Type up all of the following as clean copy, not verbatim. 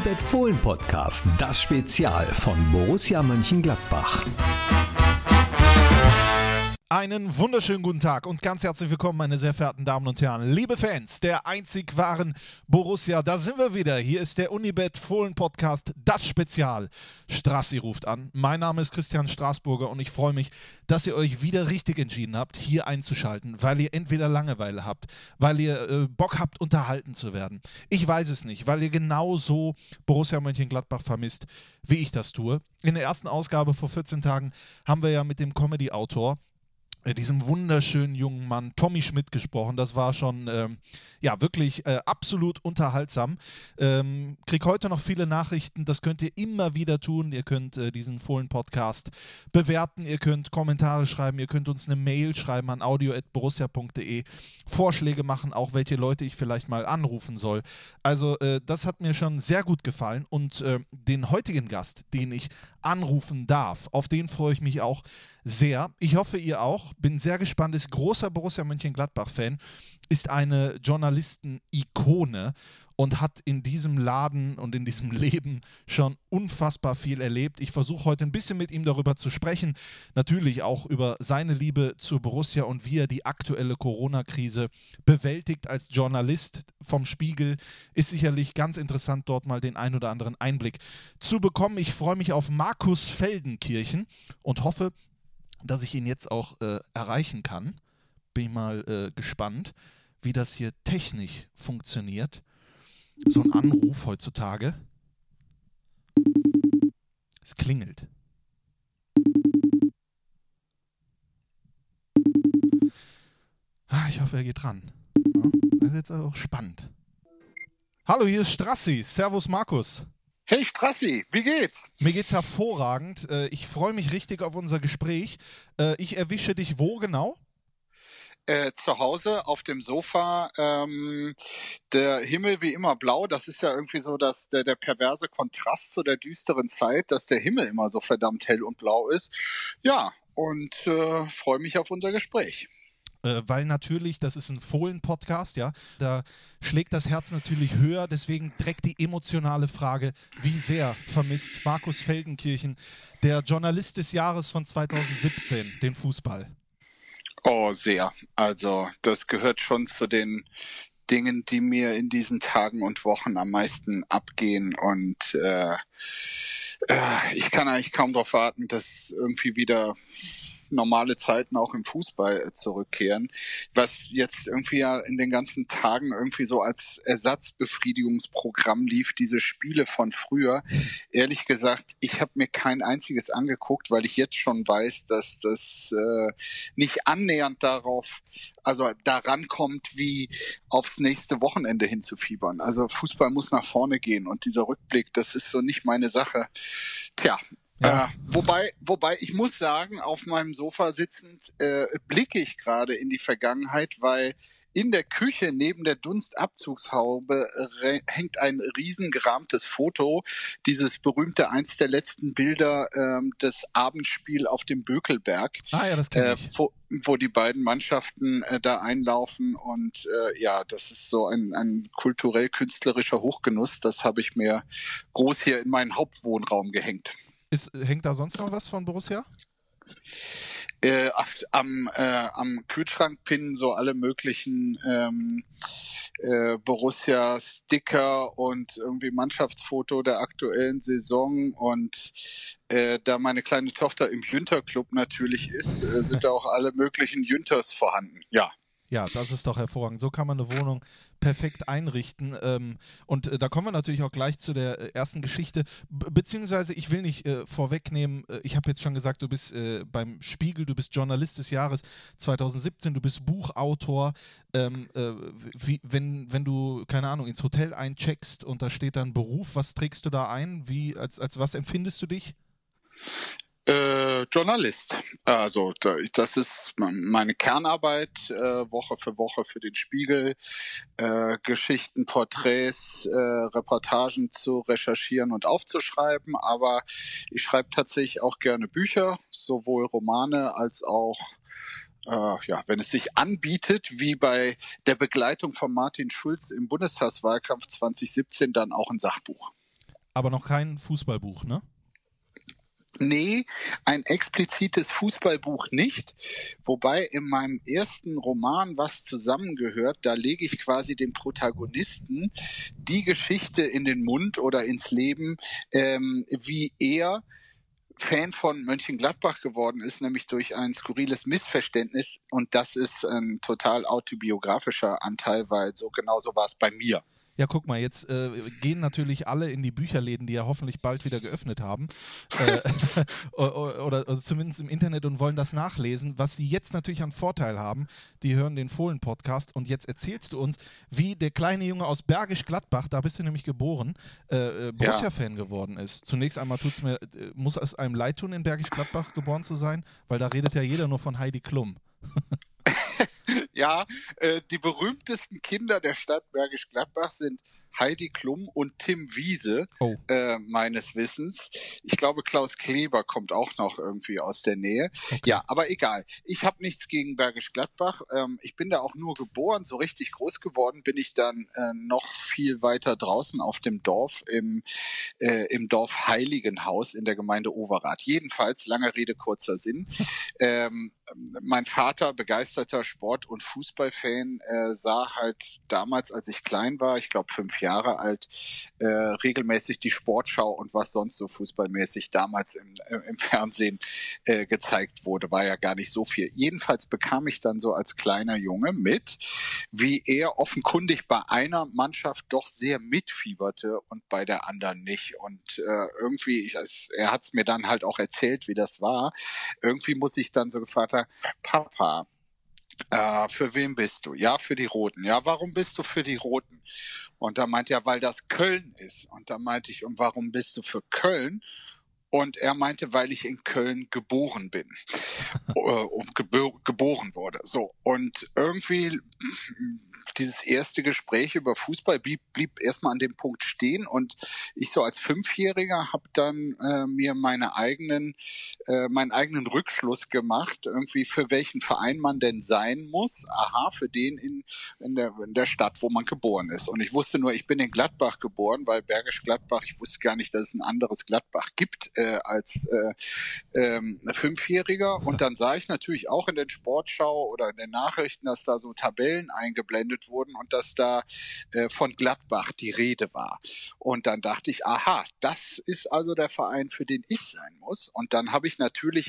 Unibet Fohlen Podcast, das Spezial von Borussia Mönchengladbach. Einen wunderschönen guten Tag und ganz herzlich willkommen, meine sehr verehrten Damen und Herren. Liebe Fans der einzig wahren Borussia, da sind wir wieder. Hier ist der Unibet Fohlen Podcast, das Spezial. Strassi ruft an. Mein Name ist Christian Straßburger und ich freue mich, dass ihr euch wieder richtig entschieden habt, hier einzuschalten, weil ihr entweder Langeweile habt, weil ihr Bock habt, unterhalten zu werden. Ich weiß es nicht, weil ihr genauso Borussia Mönchengladbach vermisst, wie ich das tue. In der ersten Ausgabe vor 14 Tagen haben wir ja mit dem Comedy-Autor, diesem wunderschönen jungen Mann Tommy Schmidt gesprochen. Das war schon wirklich absolut unterhaltsam. Krieg heute noch viele Nachrichten, das könnt ihr immer wieder tun. Ihr könnt diesen Fohlen-Podcast bewerten, ihr könnt Kommentare schreiben, ihr könnt uns eine Mail schreiben an audio@borussia.de, Vorschläge machen, auch welche Leute ich vielleicht mal anrufen soll. Also das hat mir schon sehr gut gefallen und den heutigen Gast, den ich anrufen darf, auf den freue ich mich auch sehr. Ich hoffe, ihr auch. Bin sehr gespannt. Ist großer Borussia Mönchengladbach-Fan, ist eine Journalisten-Ikone und hat in diesem Laden und in diesem Leben schon unfassbar viel erlebt. Ich versuche heute ein bisschen mit ihm darüber zu sprechen. Natürlich auch über seine Liebe zur Borussia und wie er die aktuelle Corona-Krise bewältigt als Journalist vom Spiegel. Ist sicherlich ganz interessant, dort mal den ein oder anderen Einblick zu bekommen. Ich freue mich auf Markus Feldenkirchen und hoffe, dass ich ihn jetzt auch erreichen kann. Bin ich mal gespannt, wie das hier technisch funktioniert. So ein Anruf heutzutage. Es klingelt. Ich hoffe, er geht ran. Ja, das ist jetzt auch spannend. Hallo, hier ist Strassi. Servus, Markus. Hey Strassi, wie geht's? Mir geht's hervorragend. Ich freue mich richtig auf unser Gespräch. Ich erwische dich wo genau? Zu Hause auf dem Sofa, der Himmel wie immer blau, das ist ja irgendwie so der perverse Kontrast zu der düsteren Zeit, dass der Himmel immer so verdammt hell und blau ist. Ja, und freue mich auf unser Gespräch. Weil natürlich, das ist ein Fohlen-Podcast, ja, da schlägt das Herz natürlich höher, deswegen direkt die emotionale Frage, wie sehr vermisst Markus Feldenkirchen, der Journalist des Jahres von 2017, den Fußball? Oh, sehr. Also das gehört schon zu den Dingen, die mir in diesen Tagen und Wochen am meisten abgehen und ich kann eigentlich kaum darauf warten, dass irgendwie wieder normale Zeiten auch im Fußball zurückkehren, was jetzt irgendwie ja in den ganzen Tagen irgendwie so als Ersatzbefriedigungsprogramm lief, diese Spiele von früher. Ehrlich gesagt, ich habe mir kein einziges angeguckt, weil ich jetzt schon weiß, dass das nicht annähernd daran kommt, wie aufs nächste Wochenende hinzufiebern. Also Fußball muss nach vorne gehen und dieser Rückblick, das ist so nicht meine Sache. Tja, ja. Wobei ich muss sagen, auf meinem Sofa sitzend blicke ich gerade in die Vergangenheit, weil in der Küche neben der Dunstabzugshaube hängt ein riesengerahmtes Foto, dieses berühmte, eins der letzten Bilder des Abendspiels auf dem Bökelberg, Ja, das kenn ich. wo die beiden Mannschaften da einlaufen und das ist so ein kulturell-künstlerischer Hochgenuss, das habe ich mir groß hier in meinen Hauptwohnraum gehängt. Hängt da sonst noch was von Borussia? Am Kühlschrank pinnen so alle möglichen Borussia-Sticker und irgendwie Mannschaftsfoto der aktuellen Saison und da meine kleine Tochter im Jünter-Club natürlich ist, sind da auch alle möglichen Jünters vorhanden, ja. Ja, das ist doch hervorragend. So kann man eine Wohnung perfekt einrichten. Und da kommen wir natürlich auch gleich zu der ersten Geschichte. Beziehungsweise, ich will nicht vorwegnehmen, ich habe jetzt schon gesagt, du bist beim Spiegel, du bist Journalist des Jahres 2017, du bist Buchautor. Wenn du, keine Ahnung, ins Hotel eincheckst und da steht dann Beruf, was trägst du da ein? Als was empfindest du dich? Journalist. Also das ist meine Kernarbeit, Woche für den Spiegel, Geschichten, Porträts, Reportagen zu recherchieren und aufzuschreiben. Aber ich schreibe tatsächlich auch gerne Bücher, sowohl Romane als auch wenn es sich anbietet, wie bei der Begleitung von Martin Schulz im Bundestagswahlkampf 2017, dann auch ein Sachbuch. aber noch kein Fußballbuch, ne? Nee, ein explizites Fußballbuch nicht. Wobei in meinem ersten Roman, was zusammengehört, da lege ich quasi dem Protagonisten die Geschichte in den Mund oder ins Leben, wie er Fan von Mönchengladbach geworden ist, nämlich durch ein skurriles Missverständnis. Und das ist ein total autobiografischer Anteil, weil so genauso war es bei mir. Ja, guck mal, jetzt gehen natürlich alle in die Bücherläden, die ja hoffentlich bald wieder geöffnet haben, oder zumindest im Internet und wollen das nachlesen. Was sie jetzt natürlich an Vorteil haben, die hören den Fohlen-Podcast und jetzt erzählst du uns, wie der kleine Junge aus Bergisch Gladbach, da bist du nämlich geboren, Borussia-Fan geworden ist. Zunächst einmal muss es einem leid tun, in Bergisch Gladbach geboren zu sein, weil da redet ja jeder nur von Heidi Klum. Ja, die berühmtesten Kinder der Stadt Bergisch Gladbach sind Heidi Klum und Tim Wiese, meines Wissens. Ich glaube, Klaus Kleber kommt auch noch irgendwie aus der Nähe. Okay. Ja, aber egal. Ich habe nichts gegen Bergisch Gladbach. Ich bin da auch nur geboren. So richtig groß geworden bin ich dann noch viel weiter draußen auf dem Dorf, im Dorf Heiligenhaus in der Gemeinde Overath. Jedenfalls, lange Rede, kurzer Sinn. Mein Vater, begeisterter Sport- und Fußballfan, sah halt damals, als ich klein war, ich glaube 5 Jahre alt, regelmäßig die Sportschau und was sonst so fußballmäßig damals im Fernsehen gezeigt wurde, war ja gar nicht so viel. Jedenfalls bekam ich dann so als kleiner Junge mit, wie er offenkundig bei einer Mannschaft doch sehr mitfieberte und bei der anderen nicht. Und irgendwie, er hat es mir dann halt auch erzählt, wie das war. Irgendwie muss ich dann so gefragt haben, Papa, für wen bist du? Ja, für die Roten. Ja, warum bist du für die Roten? Und da meinte er, weil das Köln ist. Und da meinte ich, und warum bist du für Köln? Und er meinte, weil ich in Köln geboren bin und geboren wurde. So. Und irgendwie dieses erste Gespräch über Fußball blieb erstmal an dem Punkt stehen und ich so als 5-Jähriger habe dann mir meinen eigenen Rückschluss gemacht, irgendwie für welchen Verein man denn sein muss. Aha, für den in der Stadt, wo man geboren ist. Und ich wusste nur, ich bin in Gladbach geboren, weil Bergisch Gladbach, ich wusste gar nicht, dass es ein anderes Gladbach gibt als 5-Jähriger. Und dann sah ich natürlich auch in den Sportschau oder in den Nachrichten, dass da so Tabellen eingeblendet wurden und dass da von Gladbach die Rede war. Und dann dachte ich, aha, das ist also der Verein, für den ich sein muss. Und dann habe ich natürlich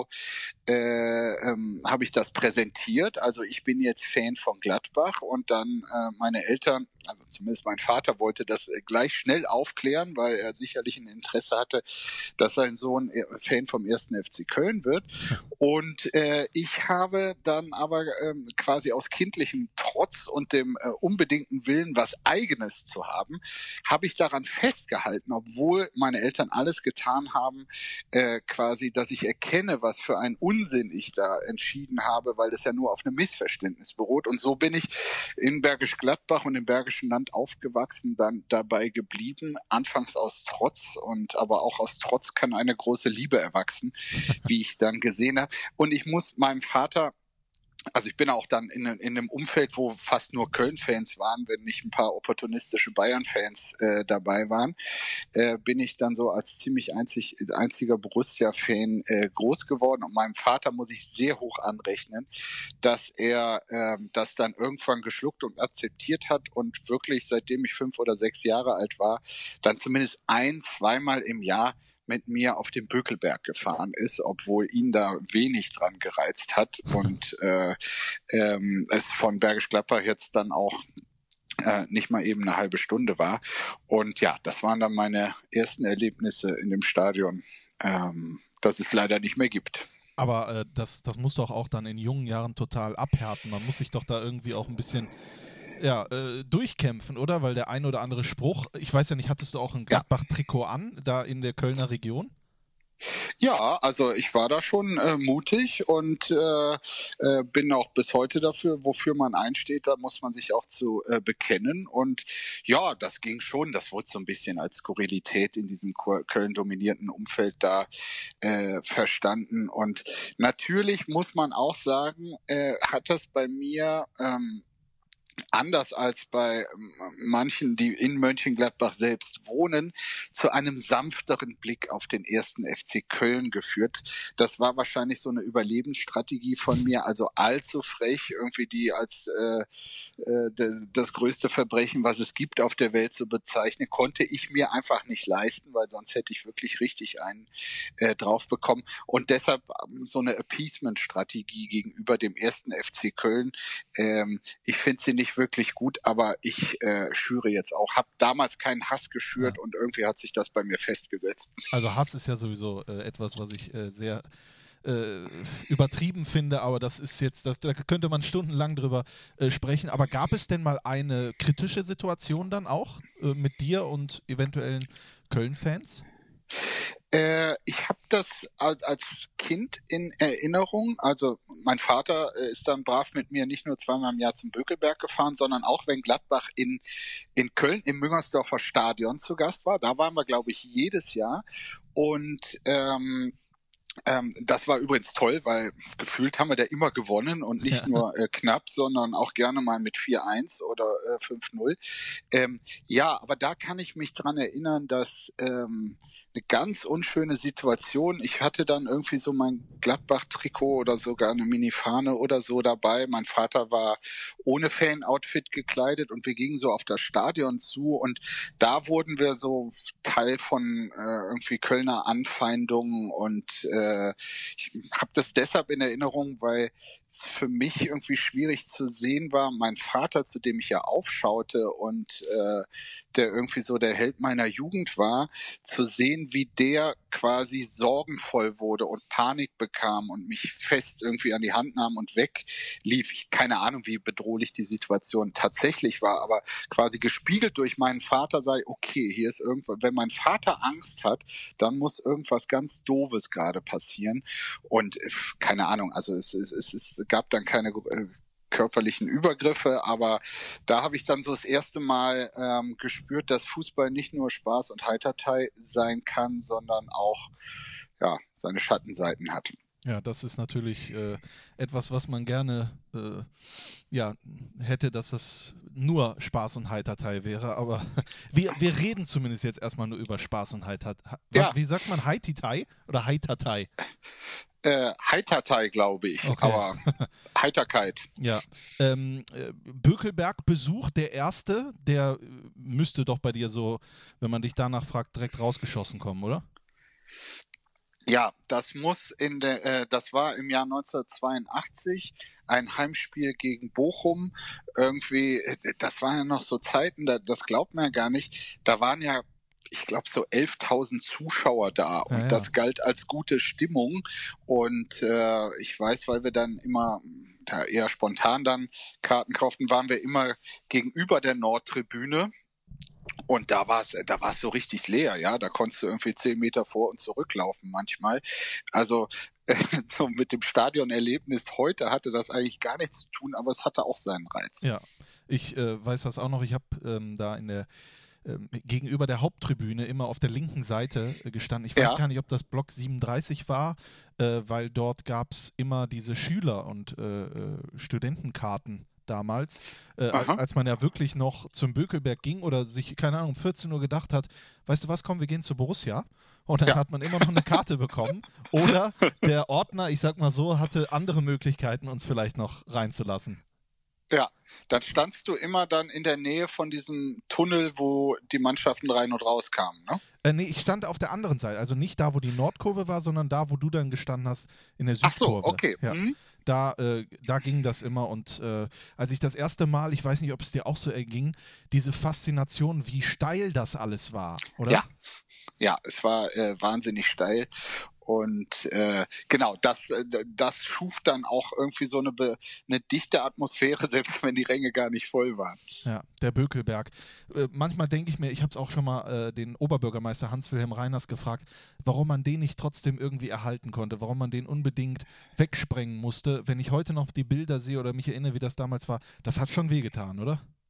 habe ich das präsentiert. Also ich bin jetzt Fan von Gladbach und dann meine Eltern, also zumindest mein Vater wollte das gleich schnell aufklären, weil er sicherlich ein Interesse hatte, dass sein Sohn Fan vom 1. FC Köln wird. Und ich habe dann aber quasi aus kindlichem Trotz und dem unbedingten Willen, was Eigenes zu haben, habe ich daran festgehalten, obwohl meine Eltern alles getan haben, quasi, dass ich erkenne, was für ein Unsinn ich da entschieden habe, weil das ja nur auf einem Missverständnis beruht. Und so bin ich in Bergisch Gladbach und im Bergischen Land aufgewachsen, dann dabei geblieben, anfangs aus Trotz aber auch aus Trotz kann eine große Liebe erwachsen, wie ich dann gesehen habe. Und ich muss meinem Vater, also ich bin auch dann in einem Umfeld, wo fast nur Köln-Fans waren, wenn nicht ein paar opportunistische Bayern-Fans dabei waren, bin ich dann so als ziemlich einziger Borussia-Fan groß geworden. Und meinem Vater muss ich sehr hoch anrechnen, dass er das dann irgendwann geschluckt und akzeptiert hat und wirklich, seitdem ich 5 oder 6 Jahre alt war, dann zumindest 2-mal im Jahr mit mir auf den Bökelberg gefahren ist, obwohl ihn da wenig dran gereizt hat und es von Bergisch Gladbach jetzt dann auch nicht mal eben eine halbe Stunde war. Und ja, das waren dann meine ersten Erlebnisse in dem Stadion, das es leider nicht mehr gibt. Aber das muss doch auch dann in jungen Jahren total abhärten. Man muss sich doch da irgendwie auch ein bisschen durchkämpfen, oder? Weil der ein oder andere Spruch, ich weiß ja nicht, hattest du auch ein Gladbach-Trikot an, da in der Kölner Region? Ja, also ich war da schon mutig und bin auch bis heute dafür, wofür man einsteht, da muss man sich auch zu bekennen. Und ja, das ging schon, das wurde so ein bisschen als Skurrilität in diesem Köln-dominierten Umfeld da verstanden. Und natürlich muss man auch sagen, hat das bei mir anders als bei manchen, die in Mönchengladbach selbst wohnen, zu einem sanfteren Blick auf den ersten FC Köln geführt. Das war wahrscheinlich so eine Überlebensstrategie von mir, also allzu frech, irgendwie die als das größte Verbrechen, was es gibt auf der Welt zu bezeichnen, konnte ich mir einfach nicht leisten, weil sonst hätte ich wirklich richtig einen drauf bekommen. Und deshalb so eine Appeasement-Strategie gegenüber dem ersten FC Köln. Ich finde sie nicht wirklich gut, aber ich schüre jetzt auch. Habe damals keinen Hass geschürt und irgendwie hat sich das bei mir festgesetzt. Also Hass ist ja sowieso etwas, was ich sehr übertrieben finde, aber das ist jetzt, da könnte man stundenlang drüber sprechen. Aber gab es denn mal eine kritische Situation dann auch mit dir und eventuellen Köln-Fans? Ich habe das als Kind in Erinnerung. Also mein Vater ist dann brav mit mir nicht nur zweimal im Jahr zum Bökelberg gefahren, sondern auch wenn Gladbach in Köln im Müngersdorfer Stadion zu Gast war. Da waren wir, glaube ich, jedes Jahr. Und das war übrigens toll, weil gefühlt haben wir da immer gewonnen und nicht nur knapp, sondern auch gerne mal mit 4-1 oder 5-0. Ja, aber da kann ich mich dran erinnern, dass eine ganz unschöne Situation. Ich hatte dann irgendwie so mein Gladbach-Trikot oder sogar eine Mini-Fahne oder so dabei. Mein Vater war ohne Fan-Outfit gekleidet und wir gingen so auf das Stadion zu und da wurden wir so Teil von irgendwie Kölner Anfeindungen und ich habe das deshalb in Erinnerung, weil es für mich irgendwie schwierig zu sehen war, mein Vater, zu dem ich ja aufschaute und der irgendwie so der Held meiner Jugend war, zu sehen, wie der quasi sorgenvoll wurde und Panik bekam und mich fest irgendwie an die Hand nahm und weglief. Keine Ahnung, wie bedrohlich die Situation tatsächlich war, aber quasi gespiegelt durch meinen Vater sei, okay, hier ist irgendwas, wenn mein Vater Angst hat, dann muss irgendwas ganz Doofes gerade passieren und keine Ahnung, also es gab dann keine körperlichen Übergriffe, aber da habe ich dann so das erste Mal gespürt, dass Fußball nicht nur Spaß und Heiterei sein kann, sondern auch seine Schattenseiten hat. Ja, das ist natürlich etwas, was man gerne hätte, dass es nur Spaß und Heiterei wäre, aber wir reden zumindest jetzt erstmal nur über Spaß und Heiterei. Ja. Wie sagt man, Heititei oder Heitertei? Heitertei, glaube ich, okay. Aber Heiterkeit. Ja. Bökelberg-Besuch, der erste, der müsste doch bei dir so, wenn man dich danach fragt, direkt rausgeschossen kommen, oder? Ja, das das war im Jahr 1982 ein Heimspiel gegen Bochum. Irgendwie, das waren ja noch so Zeiten, das glaubt man ja gar nicht. Da waren ja, ich glaube, so 11.000 Zuschauer da und das galt als gute Stimmung. Und ich weiß, weil wir dann immer eher spontan dann Karten kauften, waren wir immer gegenüber der Nordtribüne. Und da war es so richtig leer, ja. Da konntest du irgendwie 10 Meter vor und zurücklaufen manchmal. Also so mit dem Stadionerlebnis heute hatte das eigentlich gar nichts zu tun, aber es hatte auch seinen Reiz. Ja, ich weiß das auch noch. Ich habe da gegenüber der Haupttribüne immer auf der linken Seite gestanden. Ich weiß gar nicht, ob das Block 37 war, weil dort gab es immer diese Schüler- und Studentenkarten damals, als man ja wirklich noch zum Bökelberg ging oder sich, keine Ahnung, um 14 Uhr gedacht hat, weißt du was, komm, wir gehen zu Borussia. Und dann hat man immer noch eine Karte bekommen. Oder der Ordner, ich sag mal so, hatte andere Möglichkeiten, uns vielleicht noch reinzulassen. Ja, dann standst du immer dann in der Nähe von diesem Tunnel, wo die Mannschaften rein und raus kamen, ne? Nee, ich stand auf der anderen Seite. Also nicht da, wo die Nordkurve war, sondern da, wo du dann gestanden hast, in der Südkurve. Ach so, okay. Ja. Da ging das immer und als ich das erste Mal, ich weiß nicht, ob es dir auch so erging, diese Faszination, wie steil das alles war, oder? Ja, es war wahnsinnig steil. Und genau, das schuf dann auch irgendwie so eine dichte Atmosphäre, selbst wenn die Ränge gar nicht voll waren. Ja, der Bökelberg. Manchmal denke ich mir, ich habe es auch schon mal den Oberbürgermeister Hans-Wilhelm Reiners gefragt, warum man den nicht trotzdem irgendwie erhalten konnte, warum man den unbedingt wegsprengen musste. Wenn ich heute noch die Bilder sehe oder mich erinnere, wie das damals war, das hat schon wehgetan, oder?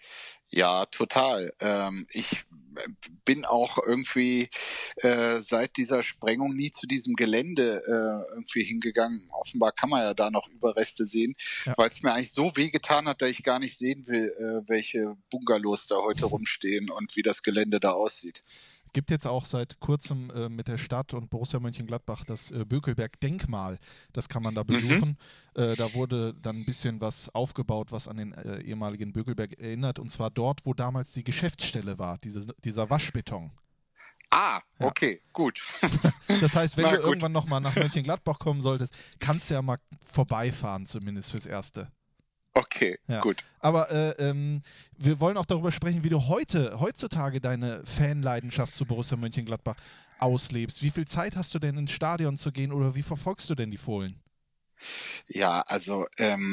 Ja, total. Ich bin auch irgendwie seit dieser Sprengung nie zu diesem Gelände irgendwie hingegangen. Offenbar kann man ja da noch Überreste sehen, Ja. weil es mir eigentlich so wehgetan hat, dass ich gar nicht sehen will, welche Bungalows da heute rumstehen und wie das Gelände da aussieht. Gibt jetzt auch seit kurzem mit der Stadt und Borussia Mönchengladbach das Bökelberg-Denkmal. Das kann man da besuchen. Da wurde dann ein bisschen was aufgebaut, was an den ehemaligen Bökelberg erinnert. Und zwar dort, wo damals die Geschäftsstelle war, dieser Waschbeton. Ah, Ja. okay, gut. Das heißt, wenn Na du gut. irgendwann nochmal nach Mönchengladbach kommen solltest, kannst du ja mal vorbeifahren, zumindest fürs Erste. Okay, Ja. gut. Aber wir wollen auch darüber sprechen, wie du heutzutage deine Fanleidenschaft zu Borussia Mönchengladbach auslebst. Wie viel Zeit hast du denn ins Stadion zu gehen oder wie verfolgst du denn die Fohlen? Ja, also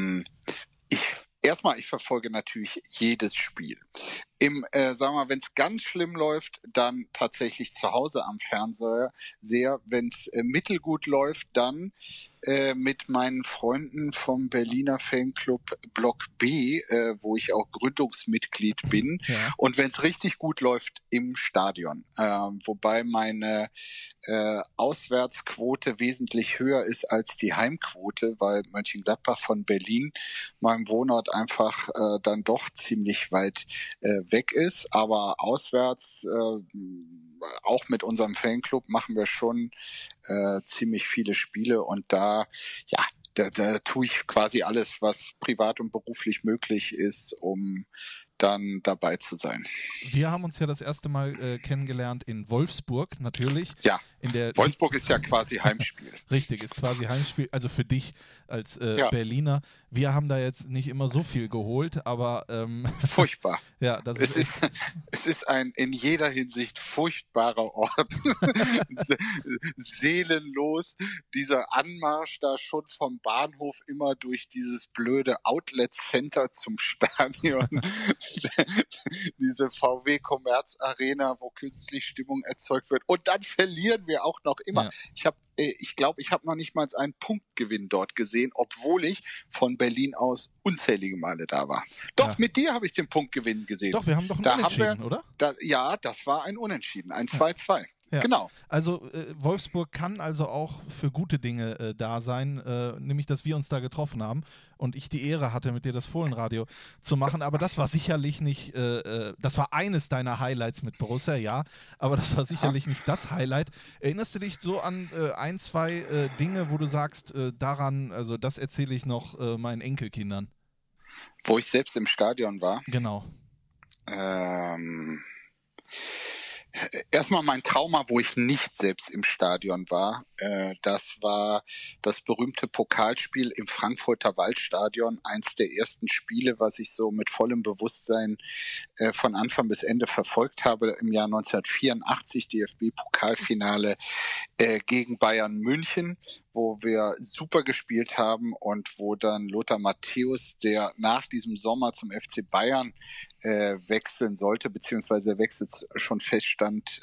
ich verfolge natürlich jedes Spiel. Sagen wir mal, wenn es ganz schlimm läuft, dann tatsächlich zu Hause am Fernseher. Wenn es mittelgut läuft, dann mit meinen Freunden vom Berliner Fanclub Block B, wo ich auch Gründungsmitglied bin. Ja. Und wenn es richtig gut läuft, im Stadion. Wobei meine Auswärtsquote wesentlich höher ist als die Heimquote, weil Mönchengladbach von Berlin, meinem Wohnort, einfach dann doch ziemlich weit weg ist. Aber auswärts, auch mit unserem Fanclub, machen wir schon ziemlich viele Spiele und da tue ich quasi alles, was privat und beruflich möglich ist, um dann dabei zu sein. Wir haben uns ja das erste Mal kennengelernt in Wolfsburg, natürlich. Ja, in der Wolfsburg ist ja quasi Heimspiel. Richtig, ist quasi Heimspiel, also für dich als Berliner. Wir haben da jetzt nicht immer so viel geholt, aber furchtbar. Ja, das es ist ein in jeder Hinsicht furchtbarer Ort. Seelenlos. Dieser Anmarsch da schon vom Bahnhof immer durch dieses blöde Outlet Center zum Stadion. Diese VW Commerz Arena, wo künstlich Stimmung erzeugt wird. Und dann verlieren wir auch noch immer. Ja. Ich glaube, ich habe noch nicht mal einen Punktgewinn dort gesehen, obwohl ich von Berlin aus unzählige Male da war. Doch, mit dir habe ich den Punktgewinn gesehen. Doch, wir haben doch einen Unentschieden, oder? Das war ein Unentschieden, ein 2-2. Ja. Genau. Also Wolfsburg kann also auch für gute Dinge da sein, nämlich, dass wir uns da getroffen haben und ich die Ehre hatte, mit dir das Fohlenradio zu machen. Aber das war sicherlich nicht, das war eines deiner Highlights mit Borussia, ja, aber das war sicherlich nicht das Highlight. Erinnerst du dich so an ein, zwei Dinge, wo du sagst, daran, also das erzähle ich noch meinen Enkelkindern? Wo ich selbst im Stadion war? Genau. Erstmal mein Trauma, wo ich nicht selbst im Stadion war. Das war das berühmte Pokalspiel im Frankfurter Waldstadion. Eins der ersten Spiele, was ich so mit vollem Bewusstsein von Anfang bis Ende verfolgt habe. Im Jahr 1984 DFB-Pokalfinale gegen Bayern München, wo wir super gespielt haben und wo dann Lothar Matthäus, der nach diesem Sommer zum FC Bayern wechseln sollte, beziehungsweise der Wechsel schon feststand,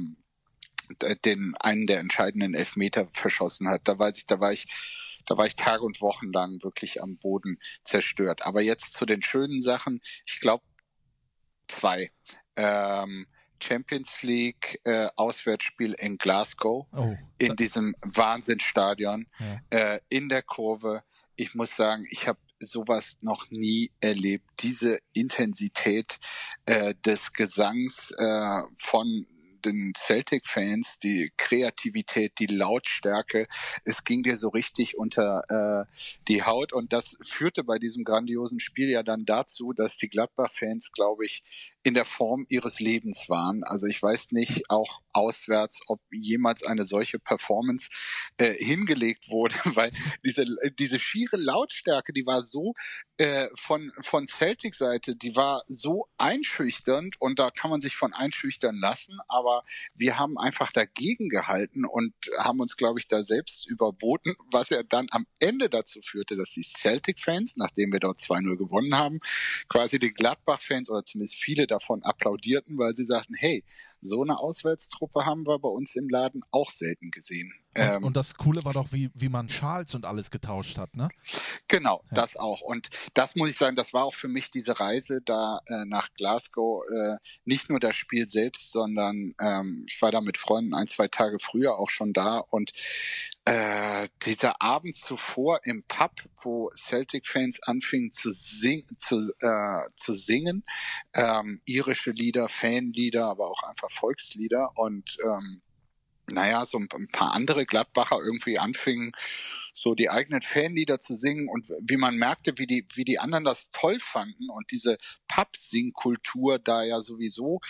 einen der entscheidenden Elfmeter verschossen hat. Da war ich Tage und Wochen lang wirklich am Boden zerstört. Aber jetzt zu den schönen Sachen. Ich glaube, 2. Champions League Auswärtsspiel in Glasgow, in diesem Wahnsinnsstadion, in der Kurve. Ich muss sagen, ich habe sowas noch nie erlebt. Diese Intensität des Gesangs von den Celtic-Fans, die Kreativität, die Lautstärke, es ging dir so richtig unter die Haut und das führte bei diesem grandiosen Spiel ja dann dazu, dass die Gladbach-Fans, glaube ich, in der Form ihres Lebens waren. Also ich weiß nicht, auch auswärts, ob jemals eine solche Performance hingelegt wurde, weil diese schiere Lautstärke, die war so von Celtic-Seite, die war so einschüchternd und da kann man sich von einschüchtern lassen, aber wir haben einfach dagegen gehalten und haben uns, glaube ich, da selbst überboten, was ja dann am Ende dazu führte, dass die Celtic-Fans, nachdem wir dort 2-0 gewonnen haben, quasi den Gladbach-Fans oder zumindest viele davon applaudierten, weil sie sagten, hey, so eine Auswärtstruppe haben wir bei uns im Laden auch selten gesehen. Und das Coole war doch, wie man Schals und alles getauscht hat, ne? Genau, Ja. das auch. Und das muss ich sagen, das war auch für mich diese Reise da nach Glasgow. Nicht nur das Spiel selbst, sondern ich war da mit Freunden 1, 2 Tage früher auch schon da. Und dieser Abend zuvor im Pub, wo Celtic-Fans anfingen zu singen, irische Lieder, Fanlieder, aber auch einfach Volkslieder. Und so ein paar andere Gladbacher irgendwie anfingen, so die eigenen Fanlieder zu singen und wie man merkte, wie die anderen das toll fanden und diese Pub-Sing-Kultur da ja sowieso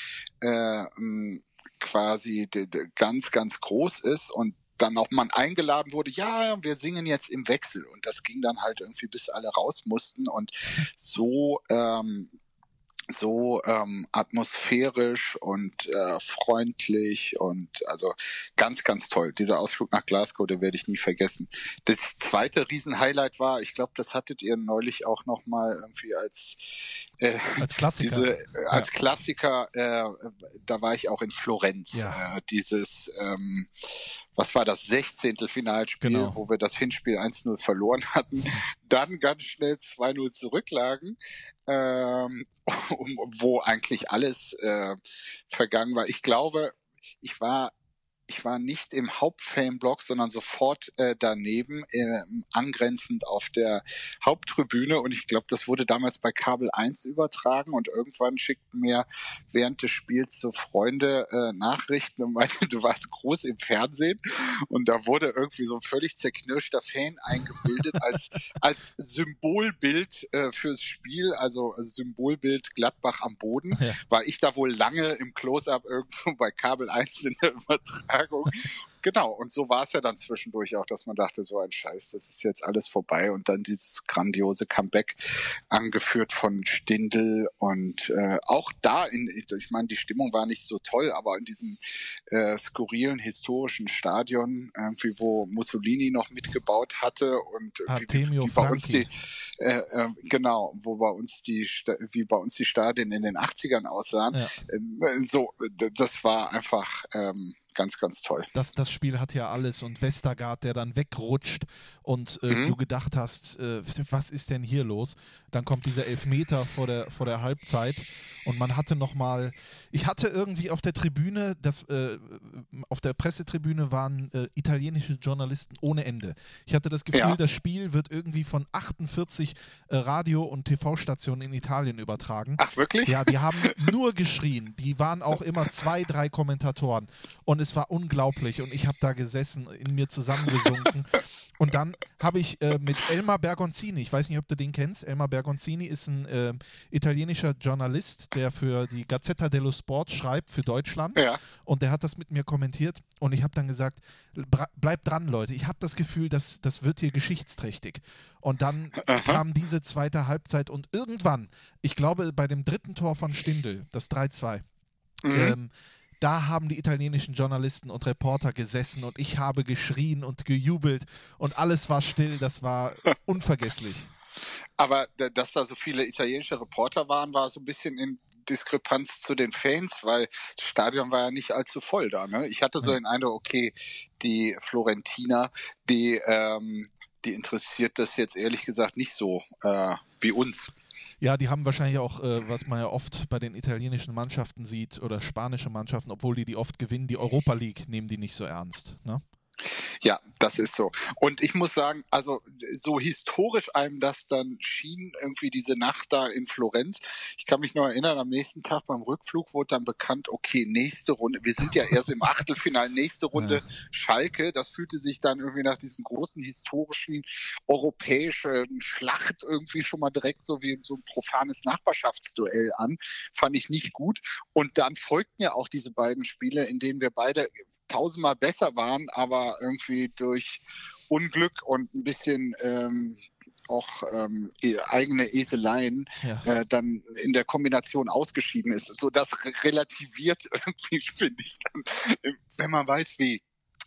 quasi ganz, ganz groß ist und dann auch man eingeladen wurde, ja, wir singen jetzt im Wechsel und das ging dann halt irgendwie bis alle raus mussten und so atmosphärisch und freundlich und also ganz, ganz toll. Dieser Ausflug nach Glasgow, den werde ich nie vergessen. Das zweite Riesenhighlight war, ich glaube, das hattet ihr neulich auch noch mal irgendwie als Klassiker. Als Klassiker, da war ich auch in Florenz. Ja. Was war das 16. Finalspiel, genau, wo wir das Hinspiel 1-0 verloren hatten, dann ganz schnell 2-0 zurücklagen, wo eigentlich alles vergangen war. Ich glaube, ich war nicht im Hauptfanblock, sondern sofort daneben, angrenzend auf der Haupttribüne. Und ich glaube, das wurde damals bei Kabel 1 übertragen. Und irgendwann schickten mir während des Spiels so Freunde Nachrichten und meinten, du warst groß im Fernsehen. Und da wurde irgendwie so ein völlig zerknirschter Fan eingebildet als Symbolbild fürs Spiel, also Symbolbild Gladbach am Boden. Ja. War ich da wohl lange im Close-Up irgendwo bei Kabel 1 in der Übertragung. Genau, und so war es ja dann zwischendurch auch, dass man dachte, so ein Scheiß, das ist jetzt alles vorbei und dann dieses grandiose Comeback angeführt von Stindl und auch da, ich meine, die Stimmung war nicht so toll, aber in diesem skurrilen, historischen Stadion, irgendwie, wo Mussolini noch mitgebaut hatte und Artemio wie bei uns Franchi. wie bei uns die Stadien in den 80ern aussahen. Ja. Das war einfach ganz, ganz toll. Das Spiel hat ja alles und Westergaard, der dann wegrutscht und du gedacht hast, was ist denn hier los? Dann kommt dieser Elfmeter vor der Halbzeit und man hatte nochmal, ich hatte irgendwie auf der Tribüne, auf der Pressetribüne waren italienische Journalisten ohne Ende. Ich hatte das Gefühl, das Spiel wird irgendwie von 48 Radio- und TV-Stationen in Italien übertragen. Ach, wirklich? Ja, die haben nur geschrien. Die waren auch immer 2, 3 Kommentatoren. Und es war unglaublich. Und ich habe da gesessen, in mir zusammengesunken. Und dann habe ich mit Elmar Bergonzini, ich weiß nicht, ob du den kennst, Elmar Bergonzini ist ein italienischer Journalist, der für die Gazzetta dello Sport schreibt, für Deutschland. Ja. Und der hat das mit mir kommentiert. Und ich habe dann gesagt, bleibt dran, Leute. Ich habe das Gefühl, das wird hier geschichtsträchtig. Und dann kam diese zweite Halbzeit und irgendwann, ich glaube bei dem dritten Tor von Stindl, das 3-2, da haben die italienischen Journalisten und Reporter gesessen und ich habe geschrien und gejubelt und alles war still, das war unvergesslich. Aber dass da so viele italienische Reporter waren, war so ein bisschen in Diskrepanz zu den Fans, weil das Stadion war ja nicht allzu voll da. Ne? Ich hatte so den Eindruck, okay, die Florentiner, die interessiert das jetzt ehrlich gesagt nicht so wie uns. Ja, die haben wahrscheinlich auch, was man ja oft bei den italienischen Mannschaften sieht oder spanische Mannschaften, obwohl die oft gewinnen, die Europa League nehmen die nicht so ernst, ne? Ja, das ist so. Und ich muss sagen, also so historisch einem das dann schien, irgendwie diese Nacht da in Florenz. Ich kann mich noch erinnern, am nächsten Tag beim Rückflug wurde dann bekannt, okay, nächste Runde, wir sind ja erst im Achtelfinale, nächste Runde Schalke. Das fühlte sich dann irgendwie nach diesem großen historischen europäischen Schlacht irgendwie schon mal direkt so wie so ein profanes Nachbarschaftsduell an. Fand ich nicht gut. Und dann folgten ja auch diese beiden Spiele, in denen wir beide tausendmal besser waren, aber irgendwie durch Unglück und ein bisschen auch eigene Eseleien dann in der Kombination ausgeschieden ist. So das relativiert irgendwie, finde ich dann, wenn man weiß, wie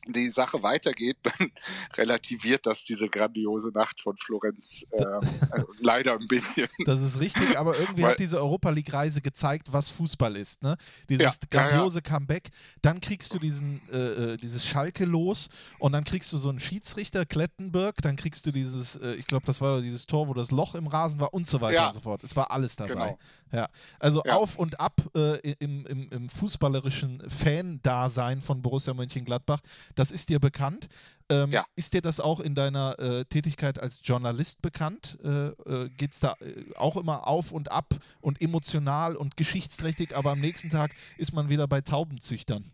die Sache weitergeht, dann relativiert das diese grandiose Nacht von Florenz leider ein bisschen. Das ist richtig, aber irgendwie hat diese Europa-League-Reise gezeigt, was Fußball ist. Ne? Dieses grandiose Comeback, dann kriegst du dieses Schalke los und dann kriegst du so einen Schiedsrichter, Klettenberg, dann kriegst du dieses, ich glaube, das war dieses Tor, wo das Loch im Rasen war und so weiter und so fort. Es war alles dabei. Genau. Ja. Also auf und ab im fußballerischen Fan-Dasein von Borussia Mönchengladbach. Das ist dir bekannt. Ist dir das auch in deiner Tätigkeit als Journalist bekannt? Geht es da auch immer auf und ab und emotional und geschichtsträchtig, aber am nächsten Tag ist man wieder bei Taubenzüchtern?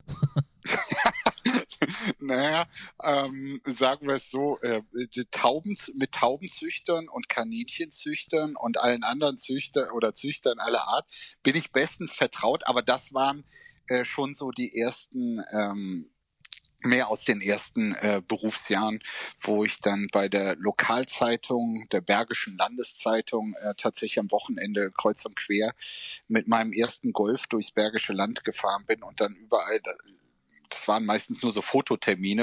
Naja, sagen wir es so, mit Taubenzüchtern und Kaninchenzüchtern und allen anderen Züchtern aller Art bin ich bestens vertraut, aber das waren schon so die ersten mehr aus den ersten Berufsjahren, wo ich dann bei der Lokalzeitung, der Bergischen Landeszeitung, tatsächlich am Wochenende kreuz und quer mit meinem ersten Golf durchs Bergische Land gefahren bin und dann überall, das waren meistens nur so Fototermine,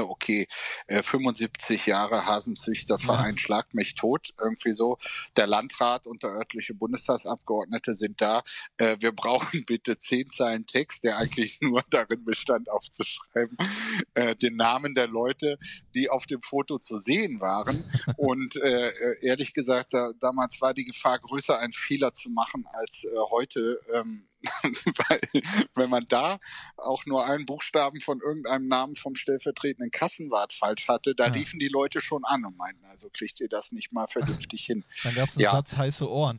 75 Jahre Hasenzüchterverein schlagt mich tot, irgendwie so. Der Landrat und der örtliche Bundestagsabgeordnete sind da. Wir brauchen bitte 10 Zeilen Text, der eigentlich nur darin bestand, aufzuschreiben, den Namen der Leute, die auf dem Foto zu sehen waren. Und ehrlich gesagt, damals war die Gefahr größer, einen Fehler zu machen als heute. Weil, wenn man da auch nur einen Buchstaben von irgendeinem Namen vom stellvertretenden Kassenwart falsch hatte, da riefen die Leute schon an und meinten, also kriegt ihr das nicht mal vernünftig hin. Dann gab es einen Satz heiße Ohren.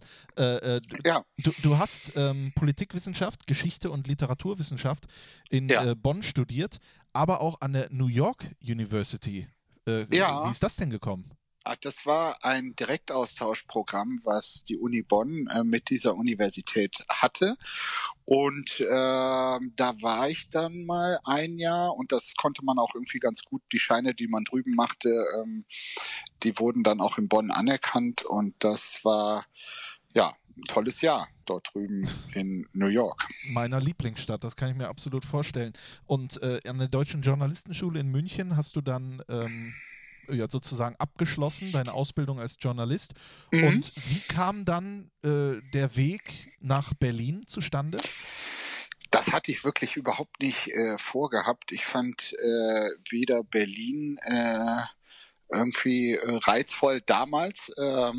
Du hast Politikwissenschaft, Geschichte und Literaturwissenschaft in Bonn studiert, aber auch an der New York University. Wie ist das denn gekommen? Das war ein Direktaustauschprogramm, was die Uni Bonn mit dieser Universität hatte. Und da war ich dann mal ein Jahr und das konnte man auch irgendwie ganz gut, die Scheine, die man drüben machte, die wurden dann auch in Bonn anerkannt und das war ein tolles Jahr dort drüben in New York. Meiner Lieblingsstadt, das kann ich mir absolut vorstellen. Und an der Deutschen Journalistenschule in München hast du dann sozusagen abgeschlossen, deine Ausbildung als Journalist. Und wie kam dann der Weg nach Berlin zustande? Das hatte ich wirklich überhaupt nicht vorgehabt. Ich fand weder Berlin irgendwie reizvoll damals,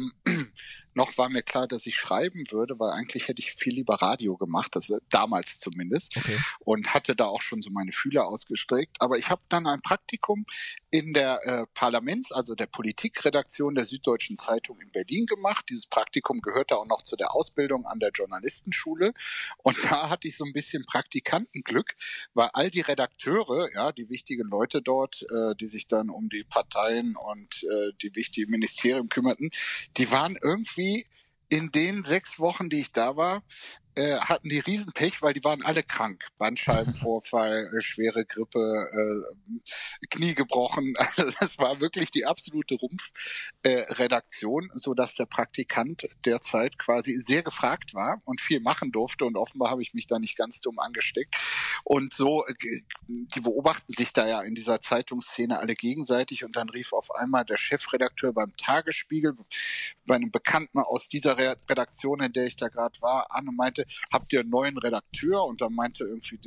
noch war mir klar, dass ich schreiben würde, weil eigentlich hätte ich viel lieber Radio gemacht, also damals zumindest, und hatte da auch schon so meine Fühler ausgestreckt. Aber ich habe dann ein Praktikum in der also der Politikredaktion der Süddeutschen Zeitung in Berlin gemacht. Dieses Praktikum gehörte auch noch zu der Ausbildung an der Journalistenschule. Und da hatte ich so ein bisschen Praktikantenglück, weil all die Redakteure, die wichtigen Leute dort, die sich dann um die Parteien und die wichtigen Ministerien kümmerten, die waren irgendwie in den 6 Wochen, die ich da war, hatten die Riesenpech, weil die waren alle krank. Bandscheibenvorfall, schwere Grippe, Knie gebrochen. Also das war wirklich die absolute Rumpfredaktion, sodass der Praktikant derzeit quasi sehr gefragt war und viel machen durfte. Und offenbar habe ich mich da nicht ganz dumm angesteckt. Und so, die beobachten sich da ja in dieser Zeitungsszene alle gegenseitig. Und dann rief auf einmal der Chefredakteur beim Tagesspiegel, bei einem Bekannten aus dieser Redaktion, in der ich da gerade war, an und meinte, habt ihr einen neuen Redakteur? Und dann meinte irgendwie,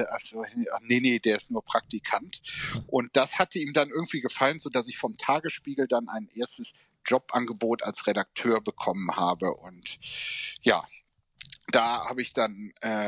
nee, der ist nur Praktikant. Und das hatte ihm dann irgendwie gefallen, sodass ich vom Tagesspiegel dann ein erstes Jobangebot als Redakteur bekommen habe. Und da habe ich dann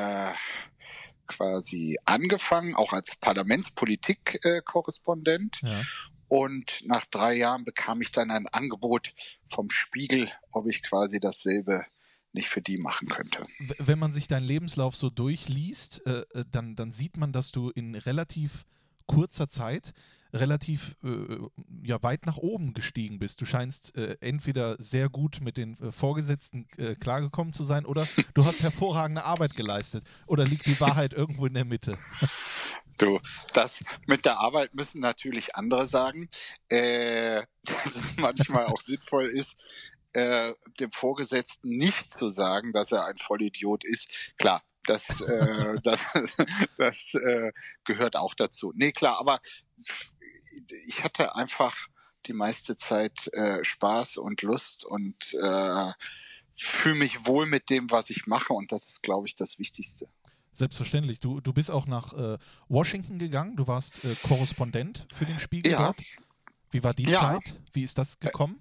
quasi angefangen, auch als Parlamentspolitik-Korrespondent. Und nach 3 Jahren bekam ich dann ein Angebot vom Spiegel, ob ich quasi dasselbe nicht für die machen könnte. Wenn man sich deinen Lebenslauf so durchliest, dann sieht man, dass du in relativ kurzer Zeit relativ weit nach oben gestiegen bist. Du scheinst entweder sehr gut mit den Vorgesetzten klargekommen zu sein oder du hast hervorragende Arbeit geleistet. Oder liegt die Wahrheit irgendwo in der Mitte? Du, das mit der Arbeit müssen natürlich andere sagen, dass es manchmal auch sinnvoll ist, dem Vorgesetzten nicht zu sagen, dass er ein Vollidiot ist. Klar, Das gehört auch dazu. Nee, klar, aber ich hatte einfach die meiste Zeit Spaß und Lust und fühle mich wohl mit dem, was ich mache, und das ist, glaube ich, das Wichtigste. Selbstverständlich. Du bist auch nach Washington gegangen. Du warst Korrespondent für den Spiegel dort. Wie war die Zeit? Wie ist das gekommen?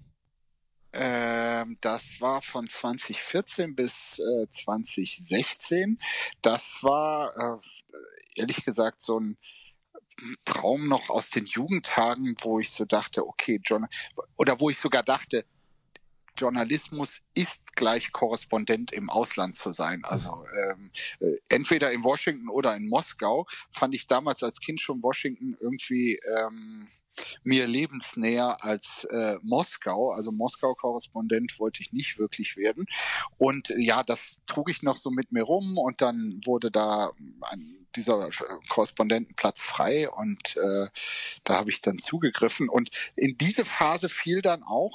Das war von 2014 bis 2016. Das war ehrlich gesagt so ein Traum noch aus den Jugendtagen, wo ich so dachte, okay, wo ich sogar dachte, Journalismus ist gleich Korrespondent im Ausland zu sein. Also entweder in Washington oder in Moskau. Fand ich damals als Kind schon Washington irgendwie mir lebensnäher als Moskau. Also Moskau-Korrespondent wollte ich nicht wirklich werden. Und ja, das trug ich noch so mit mir rum, und dann wurde da dieser Korrespondentenplatz frei, und da habe ich dann zugegriffen. Und in diese Phase fiel dann auch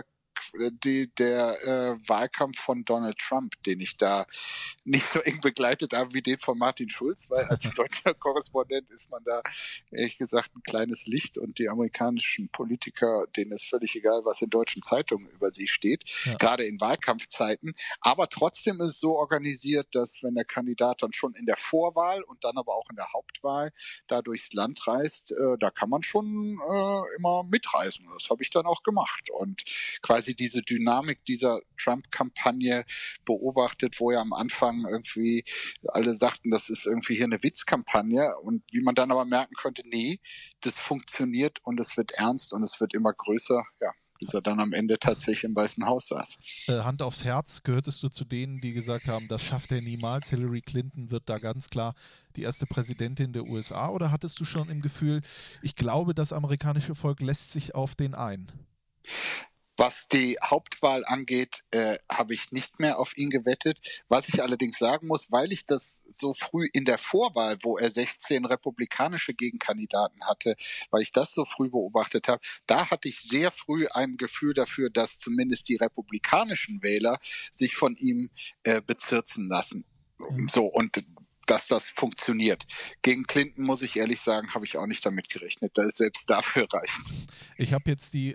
der Wahlkampf von Donald Trump, den ich da nicht so eng begleitet habe wie den von Martin Schulz, weil als deutscher Korrespondent ist man da ehrlich gesagt ein kleines Licht, und die amerikanischen Politiker, denen ist völlig egal, was in deutschen Zeitungen über sie steht, gerade in Wahlkampfzeiten. Aber trotzdem ist es so organisiert, dass wenn der Kandidat dann schon in der Vorwahl und dann aber auch in der Hauptwahl da durchs Land reist, da kann man schon immer mitreisen. Das habe ich dann auch gemacht und quasi diese Dynamik dieser Trump-Kampagne beobachtet, wo ja am Anfang irgendwie alle sagten, das ist irgendwie hier eine Witzkampagne, und wie man dann aber merken konnte, nee, das funktioniert und es wird ernst und es wird immer größer, ja, bis er dann am Ende tatsächlich im Weißen Haus saß. Hand aufs Herz, gehörtest du zu denen, die gesagt haben, das schafft er niemals, Hillary Clinton wird da ganz klar die erste Präsidentin der USA, oder hattest du schon im Gefühl, ich glaube, das amerikanische Volk lässt sich auf den ein? Was die Hauptwahl angeht, habe ich nicht mehr auf ihn gewettet. Was ich allerdings sagen muss, weil ich das so früh in der Vorwahl, wo er 16 republikanische Gegenkandidaten hatte, weil ich das so früh beobachtet habe, da hatte ich sehr früh ein Gefühl dafür, dass zumindest die republikanischen Wähler sich von ihm bezirzen lassen. So, und dass das funktioniert. Gegen Clinton, muss ich ehrlich sagen, habe ich auch nicht damit gerechnet, dass es selbst dafür reicht. Ich habe jetzt die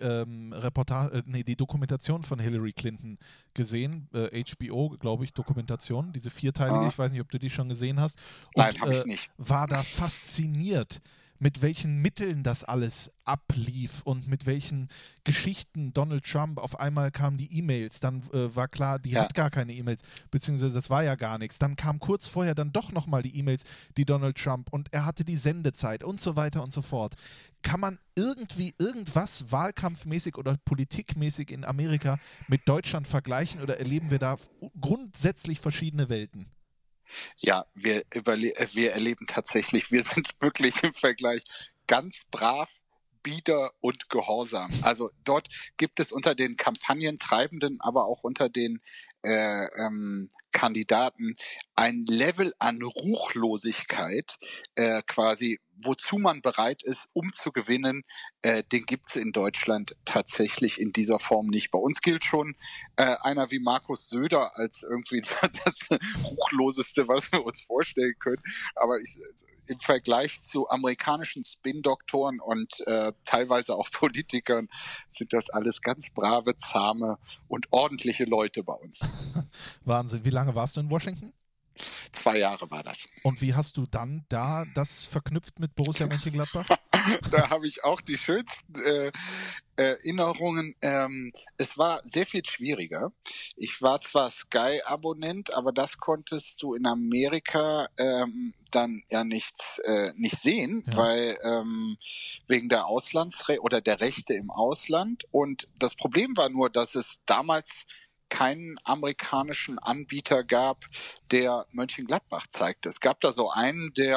die Dokumentation von Hillary Clinton gesehen, HBO, glaube ich, Dokumentation, diese vierteilige, ich weiß nicht, ob du die schon gesehen hast. Und, nein, habe ich nicht. War da fasziniert, mit welchen Mitteln das alles ablief und mit welchen Geschichten Donald Trump, auf einmal kamen die E-Mails, dann war klar, die hat gar keine E-Mails, beziehungsweise das war ja gar nichts. Dann kamen kurz vorher dann doch nochmal die E-Mails, die Donald Trump, und er hatte die Sendezeit und so weiter und so fort. Kann man irgendwie irgendwas wahlkampfmäßig oder politikmäßig in Amerika mit Deutschland vergleichen, oder erleben wir da grundsätzlich verschiedene Welten? Ja, wir erleben tatsächlich, wir sind wirklich im Vergleich ganz brav, bieder und gehorsam. Also dort gibt es unter den Kampagnentreibenden, aber auch unter den Kandidaten ein Level an Ruchlosigkeit, quasi, wozu man bereit ist, um zu gewinnen, den gibt es in Deutschland tatsächlich in dieser Form nicht. Bei uns gilt schon einer wie Markus Söder als irgendwie das Ruchloseste, was wir uns vorstellen können. Aber im Vergleich zu amerikanischen Spin-Doktoren und teilweise auch Politikern sind das alles ganz brave, zahme und ordentliche Leute bei uns. Wahnsinn. Wie lange warst du in Washington? 2 Jahre war das. Und wie hast du dann da das verknüpft mit Borussia Mönchengladbach? Da habe ich auch die schönsten Erinnerungen. Es war sehr viel schwieriger. Ich war zwar Sky-Abonnent, aber das konntest du in Amerika dann ja nicht sehen, weil wegen der oder der Rechte im Ausland. Und das Problem war nur, dass es damals keinen amerikanischen Anbieter gab, der Mönchengladbach zeigte. Es gab da so einen, der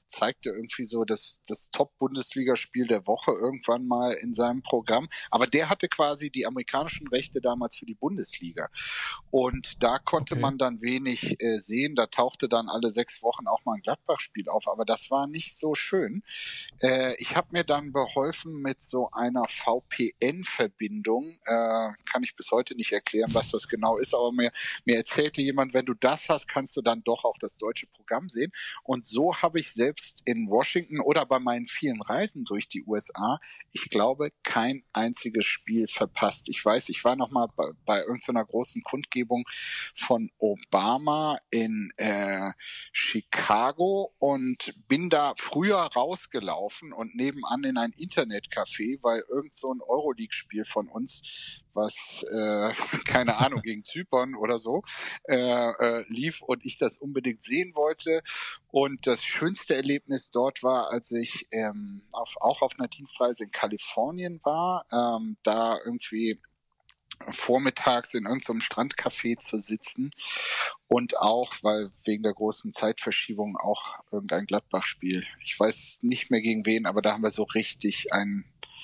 zeigte irgendwie so das Top-Bundesligaspiel der Woche irgendwann mal in seinem Programm. Aber der hatte quasi die amerikanischen Rechte damals für die Bundesliga. Und da konnte man dann wenig sehen. Da tauchte dann alle 6 Wochen auch mal ein Gladbach-Spiel auf. Aber das war nicht so schön. Ich habe mir dann beholfen mit so einer VPN-Verbindung. Kann ich bis heute nicht erklären, was das genau ist. Aber mir erzählte jemand, wenn du das hast, kannst du dann doch auch das deutsche Programm sehen. Und so habe ich selbst in Washington oder bei meinen vielen Reisen durch die USA, ich glaube, kein einziges Spiel verpasst. Ich weiß, ich war noch mal bei irgendeiner großen Kundgebung von Obama in Chicago und bin da früher rausgelaufen und nebenan in ein Internetcafé, weil irgend so ein Euroleague-Spiel von uns, was, keine Ahnung, gegen Zypern oder so, lief und ich das unbedingt sehen wollte. Und das schönste Erlebnis dort war, als ich auch auf einer Dienstreise in Kalifornien war, da irgendwie vormittags in irgendeinem Strandcafé zu sitzen und auch, weil wegen der großen Zeitverschiebung auch irgendein Gladbach-Spiel. Ich weiß nicht mehr gegen wen, aber da haben wir so richtig einen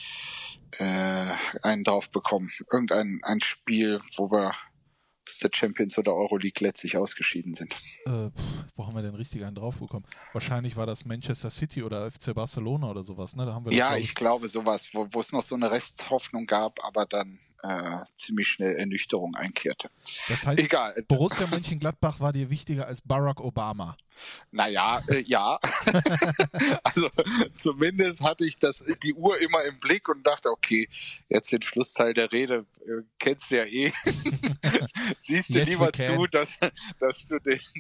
drauf bekommen. Ein Spiel, wo wir aus der Champions oder Euroleague letztlich ausgeschieden sind. Wo haben wir denn richtig einen drauf bekommen? Wahrscheinlich war das Manchester City oder FC Barcelona oder sowas, ne? Da haben wir ich glaube sowas, wo es noch so eine Resthoffnung gab, aber dann ziemlich schnell Ernüchterung einkehrte. Das heißt, egal. Borussia Mönchengladbach war dir wichtiger als Barack Obama? Naja, ja. Also zumindest hatte ich die Uhr immer im Blick und dachte, okay, jetzt den Schlussteil der Rede kennst du ja eh. Siehst du lieber zu, dass du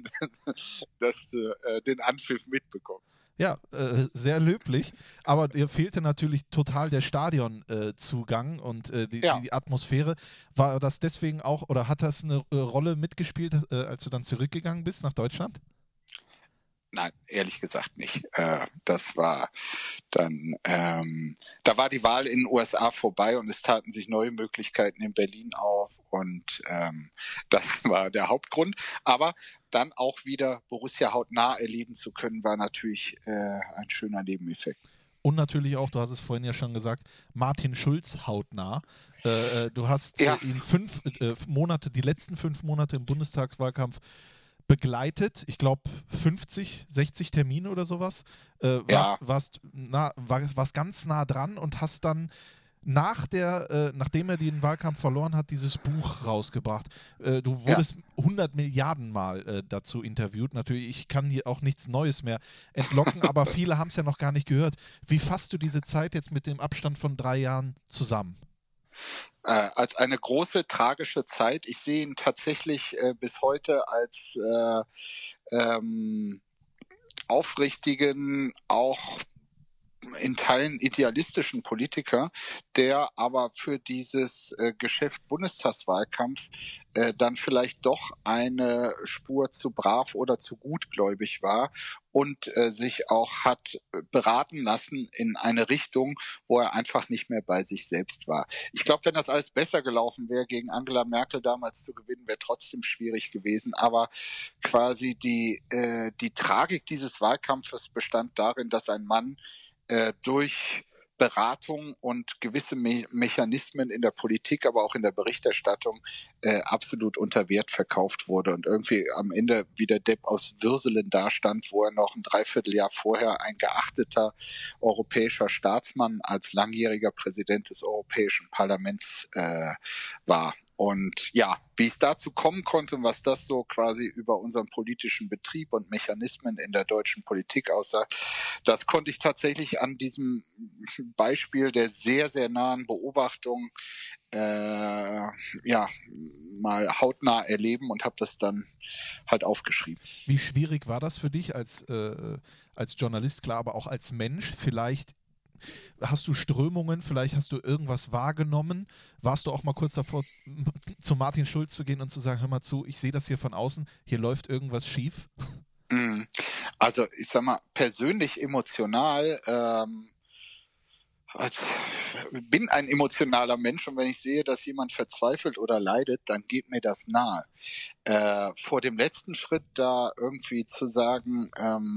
den Anpfiff mitbekommst. Ja, sehr löblich. Aber dir fehlte natürlich total der Stadionzugang und die Atmosphäre. War das deswegen auch, oder hat das eine Rolle mitgespielt, als du dann zurückgegangen bist nach Deutschland? Nein, ehrlich gesagt nicht. Das war dann, da war die Wahl in den USA vorbei und es taten sich neue Möglichkeiten in Berlin auf und das war der Hauptgrund. Aber dann auch wieder Borussia hautnah erleben zu können, war natürlich ein schöner Nebeneffekt. Und natürlich auch, du hast es vorhin ja schon gesagt, Martin Schulz hautnah. Du hast ihn die letzten 5 Monate im Bundestagswahlkampf begleitet, ich glaube 50, 60 Termine oder sowas, warst ganz nah dran und hast dann nachdem er den Wahlkampf verloren hat, dieses Buch rausgebracht. Du wurdest 100 Milliarden Mal dazu interviewt. Natürlich, ich kann hier auch nichts Neues mehr entlocken, aber viele haben es ja noch gar nicht gehört. Wie fasst du diese Zeit jetzt mit dem Abstand von 3 Jahren zusammen? Als eine große, tragische Zeit. Ich sehe ihn tatsächlich bis heute als aufrichtigen, auch in Teilen idealistischen Politiker, der aber für dieses Geschäft Bundestagswahlkampf dann vielleicht doch eine Spur zu brav oder zu gutgläubig war und sich auch hat beraten lassen in eine Richtung, wo er einfach nicht mehr bei sich selbst war. Ich glaube, wenn das alles besser gelaufen wäre, gegen Angela Merkel damals zu gewinnen, wäre trotzdem schwierig gewesen. Aber quasi die Tragik dieses Wahlkampfes bestand darin, dass ein Mann durch Beratung und gewisse Mechanismen in der Politik, aber auch in der Berichterstattung absolut unter Wert verkauft wurde und irgendwie am Ende wie der Depp aus Würselen dastand, wo er noch ein Dreivierteljahr vorher ein geachteter europäischer Staatsmann als langjähriger Präsident des Europäischen Parlaments war. Und ja, wie es dazu kommen konnte und was das so quasi über unseren politischen Betrieb und Mechanismen in der deutschen Politik aussah, das konnte ich tatsächlich an diesem Beispiel der sehr, sehr nahen Beobachtung mal hautnah erleben und habe das dann halt aufgeschrieben. Wie schwierig war das für dich als Journalist, klar, aber auch als Mensch? Vielleicht hast du Strömungen, vielleicht hast du irgendwas wahrgenommen? Warst du auch mal kurz davor, zu Martin Schulz zu gehen und zu sagen, hör mal zu, ich sehe das hier von außen, hier läuft irgendwas schief? Also ich sag mal, persönlich emotional, bin ein emotionaler Mensch und wenn ich sehe, dass jemand verzweifelt oder leidet, dann geht mir das nahe. Vor dem letzten Schritt da irgendwie zu sagen,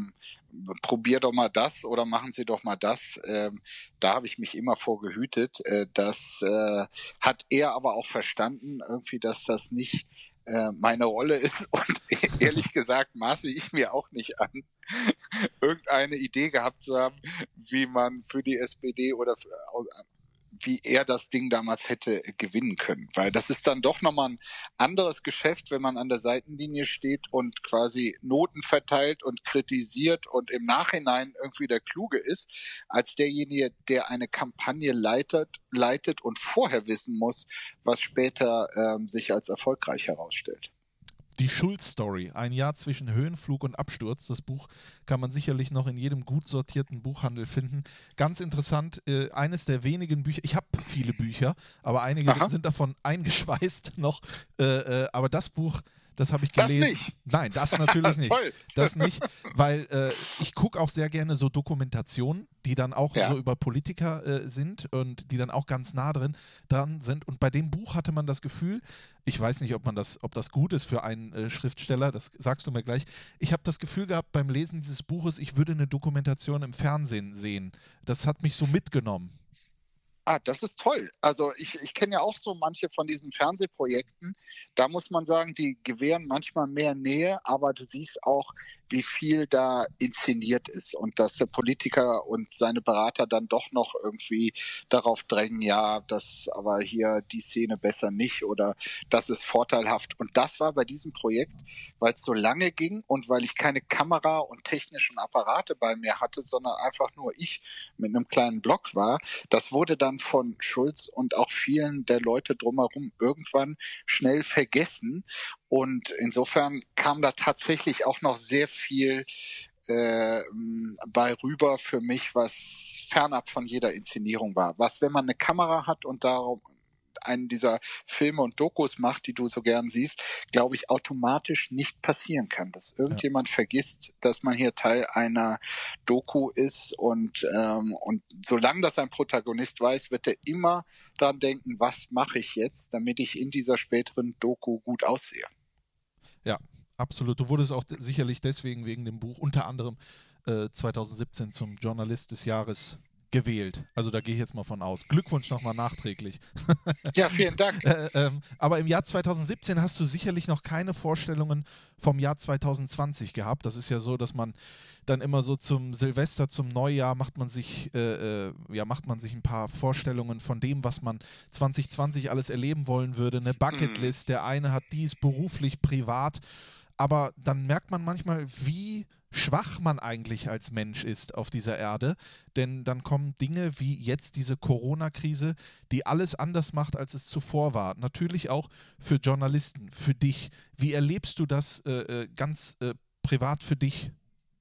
probier doch mal das oder machen Sie doch mal das. Da habe ich mich immer vor gehütet. Das hat er aber auch verstanden, irgendwie, dass das nicht meine Rolle ist. Und ehrlich gesagt maße ich mir auch nicht an, irgendeine Idee gehabt zu haben, wie man für die SPD oder wie er das Ding damals hätte gewinnen können. Weil das ist dann doch nochmal ein anderes Geschäft, wenn man an der Seitenlinie steht und quasi Noten verteilt und kritisiert und im Nachhinein irgendwie der Kluge ist, als derjenige, der eine Kampagne leitet und vorher wissen muss, was später sich als erfolgreich herausstellt. Die Schulz-Story, ein Jahr zwischen Höhenflug und Absturz. Das Buch kann man sicherlich noch in jedem gut sortierten Buchhandel finden. Ganz interessant, eines der wenigen Bücher, ich habe viele Bücher, aber einige sind davon eingeschweißt noch. Aber das Buch, das habe ich gelesen. Das nicht? Nein, das natürlich nicht. Toll. Das nicht, weil ich gucke auch sehr gerne so Dokumentationen, die dann auch so über Politiker sind und die dann auch ganz nah dran sind. Und bei dem Buch hatte man das Gefühl, ich weiß nicht, ob das gut ist für einen Schriftsteller, das sagst du mir gleich. Ich habe das Gefühl gehabt beim Lesen dieses Buches, ich würde eine Dokumentation im Fernsehen sehen. Das hat mich so mitgenommen. Das ist toll. Also ich kenne ja auch so manche von diesen Fernsehprojekten. Da muss man sagen, die gewähren manchmal mehr Nähe, aber du siehst auch, wie viel da inszeniert ist und dass der Politiker und seine Berater dann doch noch irgendwie darauf drängen, ja, das aber hier die Szene besser nicht oder das ist vorteilhaft. Und das war bei diesem Projekt, weil es so lange ging und weil ich keine Kamera und technischen Apparate bei mir hatte, sondern einfach nur ich mit einem kleinen Blog war. Das wurde dann von Schulz und auch vielen der Leute drumherum irgendwann schnell vergessen. Und insofern kam da tatsächlich auch noch sehr viel bei rüber für mich, was fernab von jeder Inszenierung war. Was, wenn man eine Kamera hat und darum einen dieser Filme und Dokus macht, die du so gern siehst, glaube ich, automatisch nicht passieren kann, dass irgendjemand vergisst, dass man hier Teil einer Doku ist und solange das ein Protagonist weiß, wird er immer daran denken, was mache ich jetzt, damit ich in dieser späteren Doku gut aussehe. Ja, absolut. Du wurdest auch sicherlich deswegen wegen dem Buch unter anderem 2017 zum Journalist des Jahres gewählt. Also da gehe ich jetzt mal von aus. Glückwunsch nochmal nachträglich. Ja, vielen Dank. Aber im Jahr 2017 hast du sicherlich noch keine Vorstellungen vom Jahr 2020 gehabt. Das ist ja so, dass man dann immer so zum Silvester, zum Neujahr macht man sich ein paar Vorstellungen von dem, was man 2020 alles erleben wollen würde. Eine Bucketlist, der eine hat dies beruflich, privat. Aber dann merkt man manchmal, wie schwach man eigentlich als Mensch ist auf dieser Erde. Denn dann kommen Dinge wie jetzt diese Corona-Krise, die alles anders macht, als es zuvor war. Natürlich auch für Journalisten, für dich. Wie erlebst du das ganz privat für dich?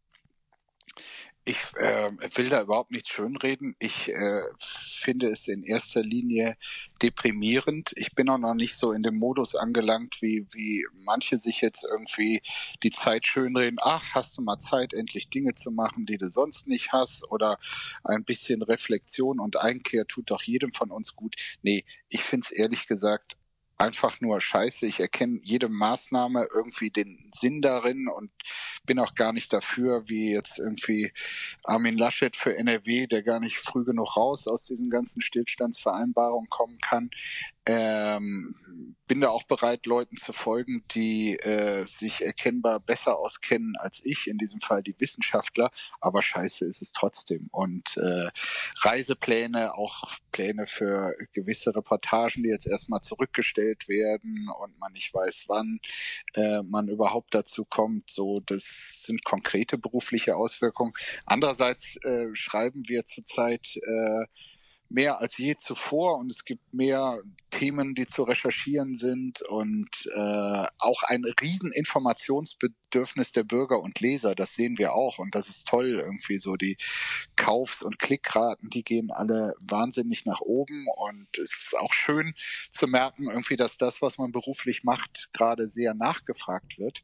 Ich will da überhaupt nichts schönreden. Ich finde es in erster Linie deprimierend. Ich bin auch noch nicht so in dem Modus angelangt, wie manche sich jetzt irgendwie die Zeit schönreden. Ach, hast du mal Zeit, endlich Dinge zu machen, die du sonst nicht hast? Oder ein bisschen Reflexion und Einkehr tut doch jedem von uns gut. Nee, ich finde es ehrlich gesagt einfach nur scheiße. Ich erkenne jede Maßnahme irgendwie den Sinn darin und bin auch gar nicht dafür, wie jetzt irgendwie Armin Laschet für NRW, der gar nicht früh genug raus aus diesen ganzen Stillstandsvereinbarungen kommen kann. Bin da auch bereit, Leuten zu folgen, die sich erkennbar besser auskennen als ich, in diesem Fall die Wissenschaftler, aber scheiße ist es trotzdem. Und Reisepläne, auch Pläne für gewisse Reportagen, die jetzt erstmal zurückgestellt werden und man nicht weiß, wann man überhaupt dazu kommt, so, das sind konkrete berufliche Auswirkungen. Andererseits schreiben wir zurzeit mehr als je zuvor und es gibt mehr Themen, die zu recherchieren sind und auch ein riesen Informationsbedürfnis der Bürger und Leser, das sehen wir auch und das ist toll, irgendwie so die Kaufs- und Klickraten, die gehen alle wahnsinnig nach oben und es ist auch schön zu merken, irgendwie, dass das, was man beruflich macht, gerade sehr nachgefragt wird.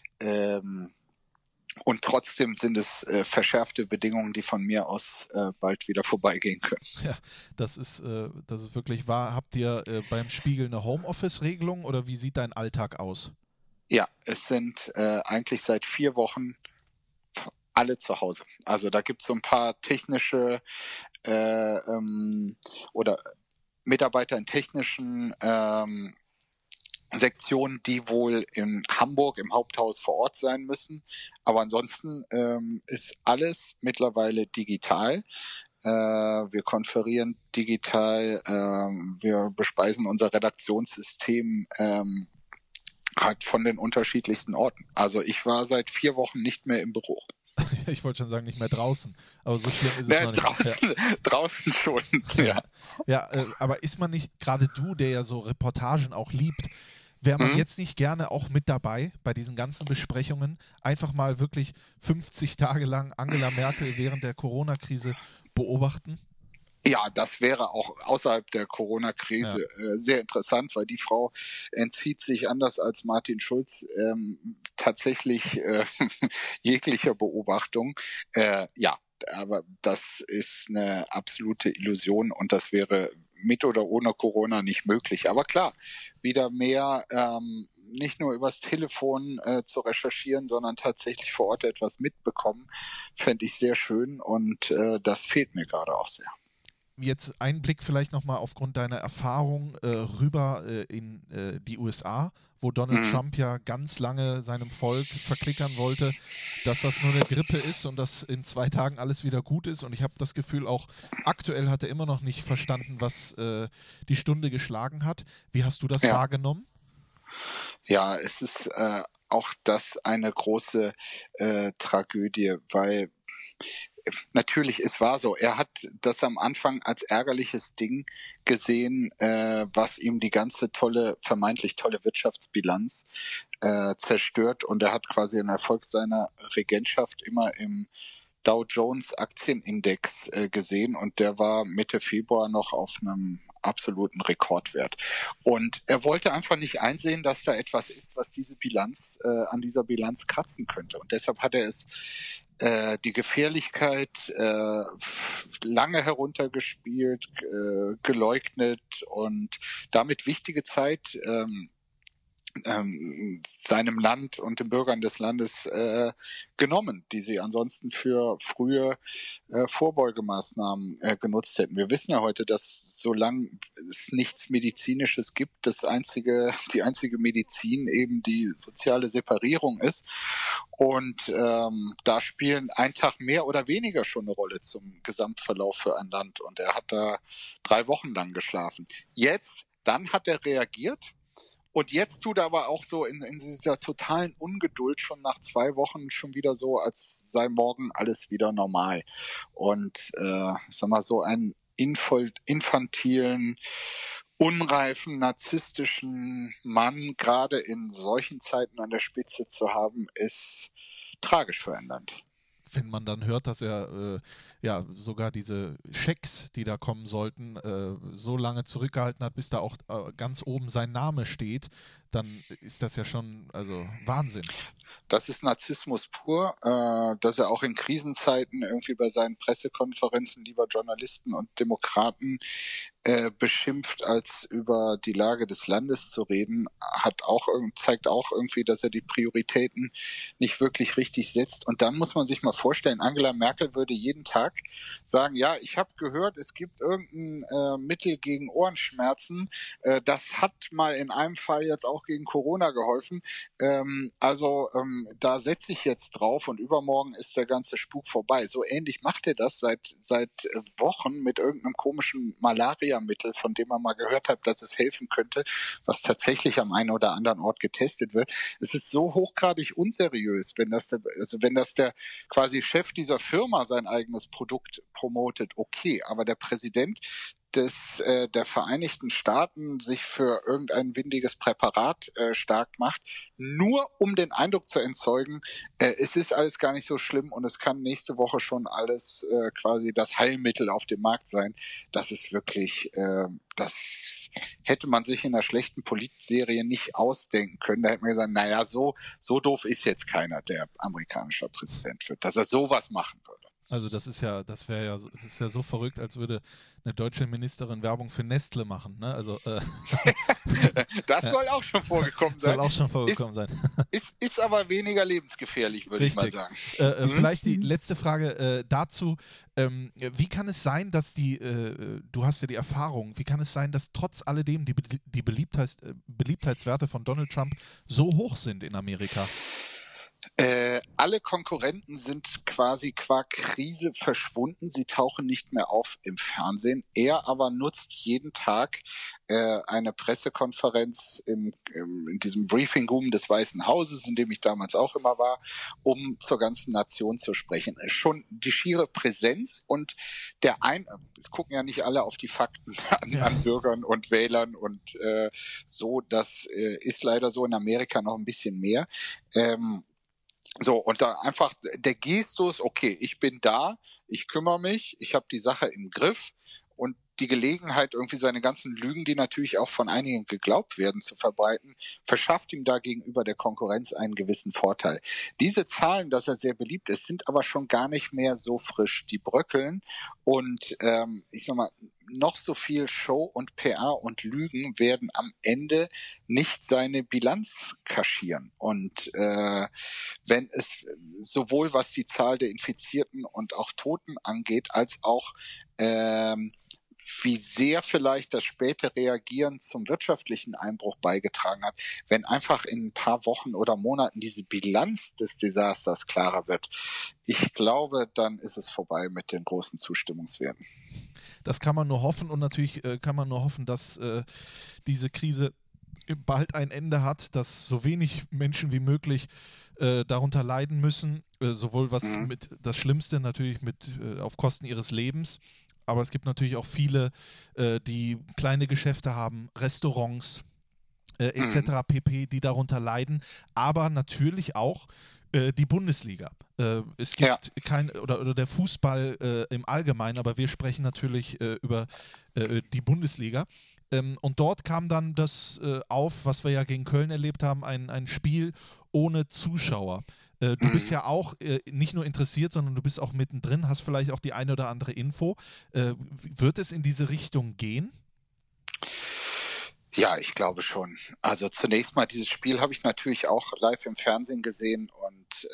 Und trotzdem sind es verschärfte Bedingungen, die von mir aus bald wieder vorbeigehen können. Ja, das ist wirklich wahr. Habt ihr beim Spiegel eine Homeoffice-Regelung oder wie sieht dein Alltag aus? Ja, es sind eigentlich seit 4 Wochen alle zu Hause. Also da gibt es so ein paar technische oder Mitarbeiter in technischen Sektionen, die wohl in Hamburg im Haupthaus vor Ort sein müssen. Aber ansonsten ist alles mittlerweile digital. Wir konferieren digital, wir bespeisen unser Redaktionssystem halt von den unterschiedlichsten Orten. Also ich war seit 4 Wochen nicht mehr im Büro. Ich wollte schon sagen, nicht mehr draußen, aber so schlimm ist es noch nicht. Draußen schon, ja. Ja, aber ist man nicht, gerade du, der ja so Reportagen auch liebt, wäre man jetzt nicht gerne auch mit dabei bei diesen ganzen Besprechungen? Einfach mal wirklich 50 Tage lang Angela Merkel während der Corona-Krise beobachten? Ja, das wäre auch außerhalb der Corona-Krise sehr interessant, weil die Frau entzieht sich anders als Martin Schulz tatsächlich jeglicher Beobachtung. Ja, aber das ist eine absolute Illusion und das wäre mit oder ohne Corona nicht möglich. Aber klar, wieder mehr nicht nur übers Telefon zu recherchieren, sondern tatsächlich vor Ort etwas mitbekommen, fände ich sehr schön und das fehlt mir gerade auch sehr. Jetzt ein Blick vielleicht nochmal aufgrund deiner Erfahrung rüber in die USA, wo Donald Trump ja ganz lange seinem Volk verklickern wollte, dass das nur eine Grippe ist und dass in 2 Tagen alles wieder gut ist. Und ich habe das Gefühl, auch aktuell hat er immer noch nicht verstanden, was die Stunde geschlagen hat. Wie hast du das wahrgenommen? Ja, es ist auch das eine große Tragödie, weil natürlich, es war so. Er hat das am Anfang als ärgerliches Ding gesehen, was ihm die ganze vermeintlich tolle Wirtschaftsbilanz zerstört. Und er hat quasi den Erfolg seiner Regentschaft immer im Dow Jones Aktienindex gesehen und der war Mitte Februar noch auf einem absoluten Rekordwert. Und er wollte einfach nicht einsehen, dass da etwas ist, was diese Bilanz an dieser Bilanz kratzen könnte. Und deshalb hat er es die Gefährlichkeit lange heruntergespielt, geleugnet und damit wichtige Zeit seinem Land und den Bürgern des Landes genommen, die sie ansonsten für frühe Vorbeugemaßnahmen genutzt hätten. Wir wissen ja heute, dass solange es nichts Medizinisches gibt, die einzige Medizin eben die soziale Separierung ist. Und da spielen ein Tag mehr oder weniger schon eine Rolle zum Gesamtverlauf für ein Land. Und er hat da 3 Wochen lang geschlafen. Dann hat er reagiert. Und jetzt tut er aber auch so in dieser totalen Ungeduld schon nach 2 Wochen schon wieder so, als sei morgen alles wieder normal. Und sag mal, so einen infantilen, unreifen, narzisstischen Mann gerade in solchen Zeiten an der Spitze zu haben, ist tragisch für ein Land. Wenn man dann hört, dass er ja sogar diese Schecks, die da kommen sollten, so lange zurückgehalten hat, bis da auch ganz oben sein Name steht, dann ist das ja schon Wahnsinn. Das ist Narzissmus pur, dass er auch in Krisenzeiten irgendwie bei seinen Pressekonferenzen lieber Journalisten und Demokraten beschimpft, als über die Lage des Landes zu reden, zeigt auch irgendwie, dass er die Prioritäten nicht wirklich richtig setzt. Und dann muss man sich mal vorstellen, Angela Merkel würde jeden Tag sagen, ja, ich habe gehört, es gibt irgendein Mittel gegen Ohrenschmerzen. Das hat mal in einem Fall jetzt auch gegen Corona geholfen. Da setze ich jetzt drauf und übermorgen ist der ganze Spuk vorbei. So ähnlich macht er das seit Wochen mit irgendeinem komischen Malaria-Mittel, von dem man mal gehört hat, dass es helfen könnte, was tatsächlich am einen oder anderen Ort getestet wird. Es ist so hochgradig unseriös, wenn das der quasi Chef dieser Firma sein eigenes Produkt promotet, okay, aber der Präsident der Vereinigten Staaten sich für irgendein windiges Präparat stark macht, nur um den Eindruck zu erzeugen, es ist alles gar nicht so schlimm und es kann nächste Woche schon alles quasi das Heilmittel auf dem Markt sein. Das ist wirklich, das hätte man sich in einer schlechten Politserie nicht ausdenken können. Da hätte man gesagt, naja, so doof ist jetzt keiner, der amerikanischer Präsident wird, dass er sowas machen würde. Also das ist ja so verrückt, als würde eine deutsche Ministerin Werbung für Nestle machen. Ne? Also, das soll auch schon vorgekommen sein. Soll auch schon vorgekommen sein. Ist aber weniger lebensgefährlich, würde ich mal sagen. Vielleicht die letzte Frage dazu. Wie kann es sein, dass du hast ja die Erfahrung, wie kann es sein, dass trotz alledem die Beliebtheitswerte von Donald Trump so hoch sind in Amerika? Alle Konkurrenten sind quasi qua Krise verschwunden. Sie tauchen nicht mehr auf im Fernsehen. Er aber nutzt jeden Tag eine Pressekonferenz in diesem Briefing Room des Weißen Hauses, in dem ich damals auch immer war, um zur ganzen Nation zu sprechen. Schon die schiere Präsenz und es gucken ja nicht alle auf die Fakten an Bürgern und Wählern und so, das ist leider so in Amerika noch ein bisschen mehr. So, und da einfach der Gestus, okay, ich bin da, ich kümmere mich, ich habe die Sache im Griff und die Gelegenheit, irgendwie seine ganzen Lügen, die natürlich auch von einigen geglaubt werden, zu verbreiten, verschafft ihm da gegenüber der Konkurrenz einen gewissen Vorteil. Diese Zahlen, dass er sehr beliebt ist, sind aber schon gar nicht mehr so frisch. Die bröckeln und ich sag mal, noch so viel Show und PR und Lügen werden am Ende nicht seine Bilanz kaschieren. Und wenn es sowohl was die Zahl der Infizierten und auch Toten angeht, als auch wie sehr vielleicht das späte Reagieren zum wirtschaftlichen Einbruch beigetragen hat, wenn einfach in ein paar Wochen oder Monaten diese Bilanz des Desasters klarer wird. Ich glaube, dann ist es vorbei mit den großen Zustimmungswerten. Das kann man nur hoffen und natürlich kann man nur hoffen, dass diese Krise bald ein Ende hat, dass so wenig Menschen wie möglich darunter leiden müssen, sowohl was mit das Schlimmste natürlich auf Kosten ihres Lebens, aber es gibt natürlich auch viele, die kleine Geschäfte haben, Restaurants etc. pp., die darunter leiden, aber natürlich auch die Bundesliga. Es gibt oder der Fußball im Allgemeinen, aber wir sprechen natürlich über die Bundesliga. Und dort kam dann das auf, was wir ja gegen Köln erlebt haben, ein Spiel ohne Zuschauer. Du bist ja auch nicht nur interessiert, sondern du bist auch mittendrin, hast vielleicht auch die eine oder andere Info. Wird es in diese Richtung gehen? Ja, ich glaube schon. Also zunächst mal, dieses Spiel habe ich natürlich auch live im Fernsehen gesehen und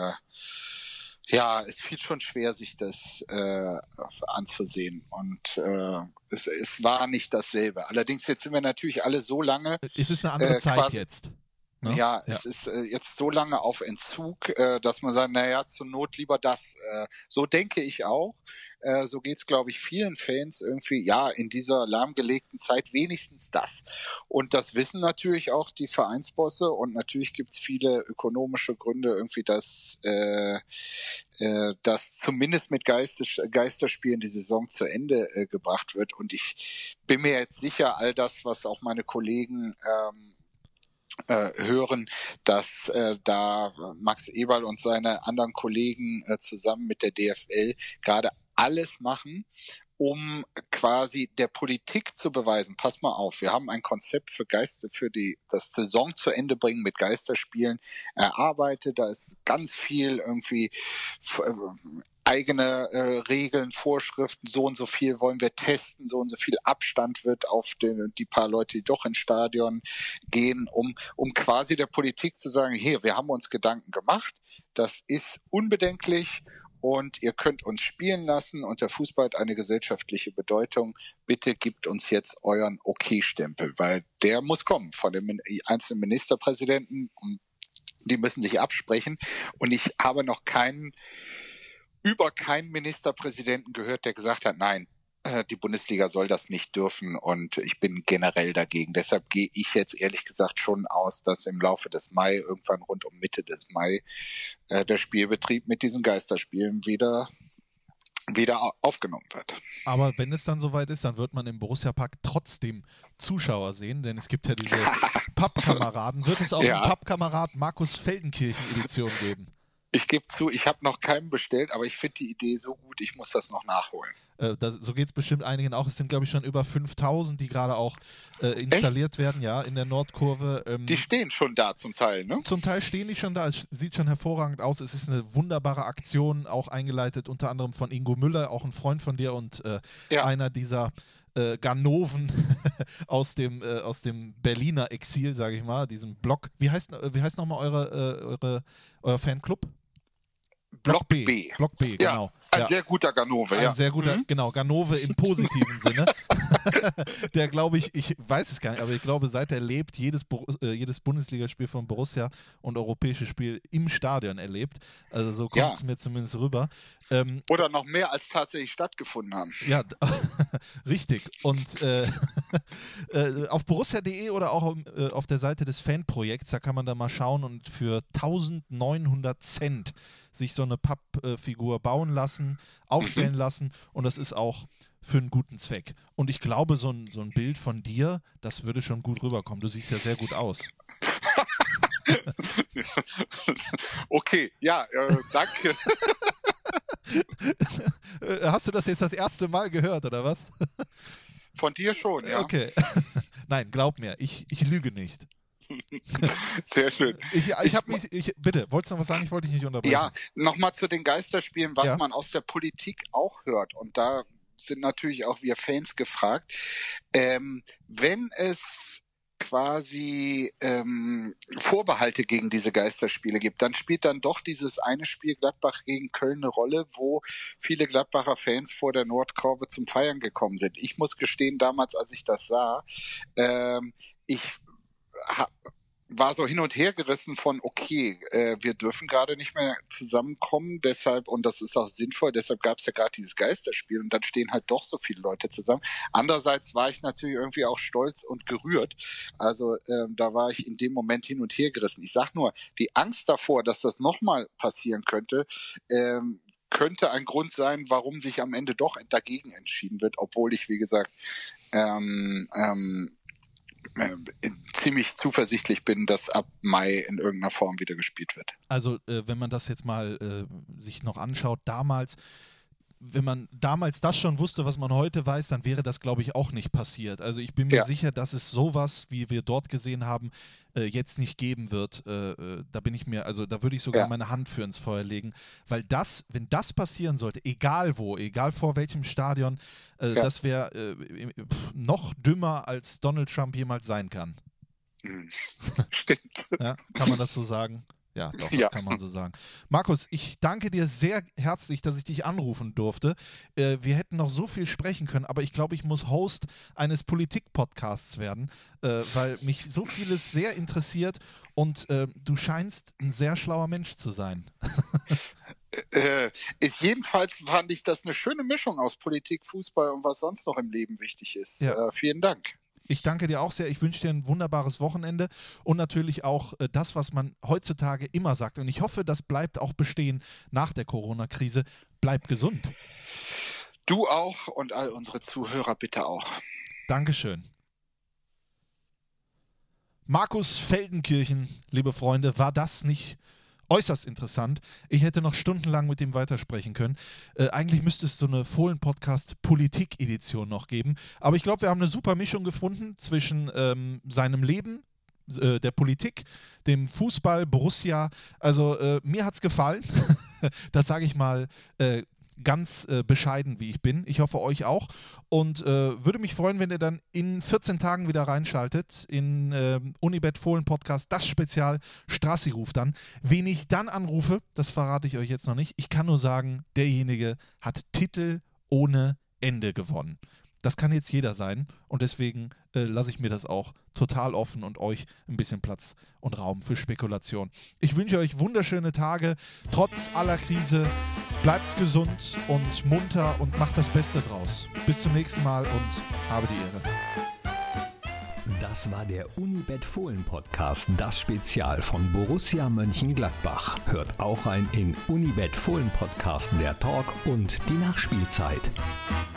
es fiel schon schwer, sich das anzusehen und es war nicht dasselbe. Allerdings jetzt sind wir natürlich alle so lange... Es ist eine andere Zeit jetzt. Ne? Ja, es ist jetzt so lange auf Entzug, dass man sagt, naja, zur Not lieber das. So denke ich auch. So geht's, glaube ich, vielen Fans irgendwie, ja, in dieser lahmgelegten Zeit wenigstens das. Und das wissen natürlich auch die Vereinsbosse und natürlich gibt's viele ökonomische Gründe irgendwie, dass zumindest mit Geisterspielen die Saison zu Ende gebracht wird. Und ich bin mir jetzt sicher, all das, was auch meine Kollegen hören, dass da Max Eberl und seine anderen Kollegen zusammen mit der DFL gerade alles machen, um quasi der Politik zu beweisen, pass mal auf, wir haben ein Konzept für das Saison zu Ende bringen mit Geisterspielen erarbeitet, da ist ganz viel irgendwie eigene Regeln, Vorschriften, so und so viel wollen wir testen, so und so viel Abstand wird auf die paar Leute, die doch ins Stadion gehen, um quasi der Politik zu sagen, hier, wir haben uns Gedanken gemacht, das ist unbedenklich und ihr könnt uns spielen lassen und der Fußball hat eine gesellschaftliche Bedeutung. Bitte gebt uns jetzt euren Okay-Stempel, weil der muss kommen von den einzelnen Ministerpräsidenten und die müssen sich absprechen und ich habe noch über keinen Ministerpräsidenten gehört, der gesagt hat, nein, die Bundesliga soll das nicht dürfen und ich bin generell dagegen. Deshalb gehe ich jetzt ehrlich gesagt schon aus, dass im Laufe des Mai, irgendwann rund um Mitte des Mai, der Spielbetrieb mit diesen Geisterspielen wieder aufgenommen wird. Aber wenn es dann soweit ist, dann wird man im Borussia-Park trotzdem Zuschauer sehen, denn es gibt ja diese Pappkameraden. Wird es auch eine Pappkamerad Markus Feldenkirchen-Edition geben? Ich gebe zu, ich habe noch keinen bestellt, aber ich finde die Idee so gut, ich muss das noch nachholen. So geht es bestimmt einigen auch. Es sind, glaube ich, schon über 5000, die gerade auch installiert werden, ja, in der Nordkurve. Die stehen schon da zum Teil, ne? Zum Teil stehen die schon da. Es sieht schon hervorragend aus. Es ist eine wunderbare Aktion, auch eingeleitet unter anderem von Ingo Müller, auch ein Freund von dir und einer dieser Ganoven aus dem Berliner Exil, sage ich mal, diesem Blog. Wie heißt nochmal euer Fanclub? Block B. Block B, genau. Ein sehr guter Ganove, Ein sehr guter, genau, Ganove im positiven Sinne. Der, glaube ich weiß es gar nicht, aber ich glaube, seit er lebt, jedes Bundesligaspiel von Borussia und europäisches Spiel im Stadion erlebt. Also so kommt es mir zumindest rüber. Oder noch mehr als tatsächlich stattgefunden haben. Ja, richtig. Und auf borussia.de oder auch auf der Seite des Fanprojekts, da kann man da mal schauen und für 1900 Cent sich so eine Pappfigur bauen lassen, aufstellen lassen, und das ist auch für einen guten Zweck. Und ich glaube, so ein Bild von dir, das würde schon gut rüberkommen. Du siehst ja sehr gut aus. Okay, ja, danke. Hast du das jetzt das erste Mal gehört, oder was? Von dir schon, ja. Okay. Nein, glaub mir, ich lüge nicht. Sehr schön. Bitte, wolltest du noch was sagen? Ich wollte dich nicht unterbrechen. Ja, nochmal zu den Geisterspielen, was man aus der Politik auch hört. Und da sind natürlich auch wir Fans gefragt. Wenn es quasi Vorbehalte gegen diese Geisterspiele gibt, dann spielt dann doch dieses eine Spiel Gladbach gegen Köln eine Rolle, wo viele Gladbacher Fans vor der Nordkurve zum Feiern gekommen sind. Ich muss gestehen, damals, als ich das sah, ich war so hin und her gerissen von, okay, wir dürfen gerade nicht mehr zusammenkommen, deshalb, und das ist auch sinnvoll, deshalb gab es ja gerade dieses Geisterspiel und dann stehen halt doch so viele Leute zusammen. Andererseits war ich natürlich irgendwie auch stolz und gerührt. Also da war ich in dem Moment hin und her gerissen. Ich sag nur, die Angst davor, dass das nochmal passieren könnte, könnte ein Grund sein, warum sich am Ende doch dagegen entschieden wird, obwohl ich, wie gesagt, ziemlich zuversichtlich bin, dass ab Mai in irgendeiner Form wieder gespielt wird. Also wenn man das jetzt mal sich noch anschaut, wenn man damals das schon wusste, was man heute weiß, dann wäre das, glaube ich, auch nicht passiert. Also ich bin mir sicher, dass es sowas, wie wir dort gesehen haben, jetzt nicht geben wird. Da würde ich sogar meine Hand für ins Feuer legen, weil wenn das passieren sollte, egal wo, egal vor welchem Stadion, das wäre noch dümmer, als Donald Trump jemals sein kann. Stimmt. Ja, kann man das so sagen? Ja, doch, das kann man so sagen. Markus, ich danke dir sehr herzlich, dass ich dich anrufen durfte. Wir hätten noch so viel sprechen können, aber ich glaube, ich muss Host eines Politik-Podcasts werden, weil mich so vieles sehr interessiert und du scheinst ein sehr schlauer Mensch zu sein. Jedenfalls fand ich das eine schöne Mischung aus Politik, Fußball und was sonst noch im Leben wichtig ist. Ja. Vielen Dank. Ich danke dir auch sehr. Ich wünsche dir ein wunderbares Wochenende und natürlich auch das, was man heutzutage immer sagt. Und ich hoffe, das bleibt auch bestehen nach der Corona-Krise. Bleib gesund. Du auch und all unsere Zuhörer bitte auch. Dankeschön. Markus Feldenkirchen, liebe Freunde, war das nicht äußerst interessant? Ich hätte noch stundenlang mit ihm weitersprechen können. Eigentlich müsste es so eine Fohlen-Podcast-Politik-Edition noch geben. Aber ich glaube, wir haben eine super Mischung gefunden zwischen seinem Leben, der Politik, dem Fußball, Borussia. Also mir hat es gefallen. Das sage ich mal ganz bescheiden, wie ich bin. Ich hoffe, euch auch. Und würde mich freuen, wenn ihr dann in 14 Tagen wieder reinschaltet in Unibet Fohlen Podcast, das Spezial. Strassi ruft dann. Wen ich dann anrufe, das verrate ich euch jetzt noch nicht. Ich kann nur sagen, derjenige hat Titel ohne Ende gewonnen. Das kann jetzt jeder sein und deswegen lasse ich mir das auch total offen und euch ein bisschen Platz und Raum für Spekulation. Ich wünsche euch wunderschöne Tage, trotz aller Krise. Bleibt gesund und munter und macht das Beste draus. Bis zum nächsten Mal und habe die Ehre. Das war der Unibet Fohlen Podcast, das Spezial von Borussia Mönchengladbach. Hört auch rein in Unibet Fohlen Podcast, der Talk und die Nachspielzeit.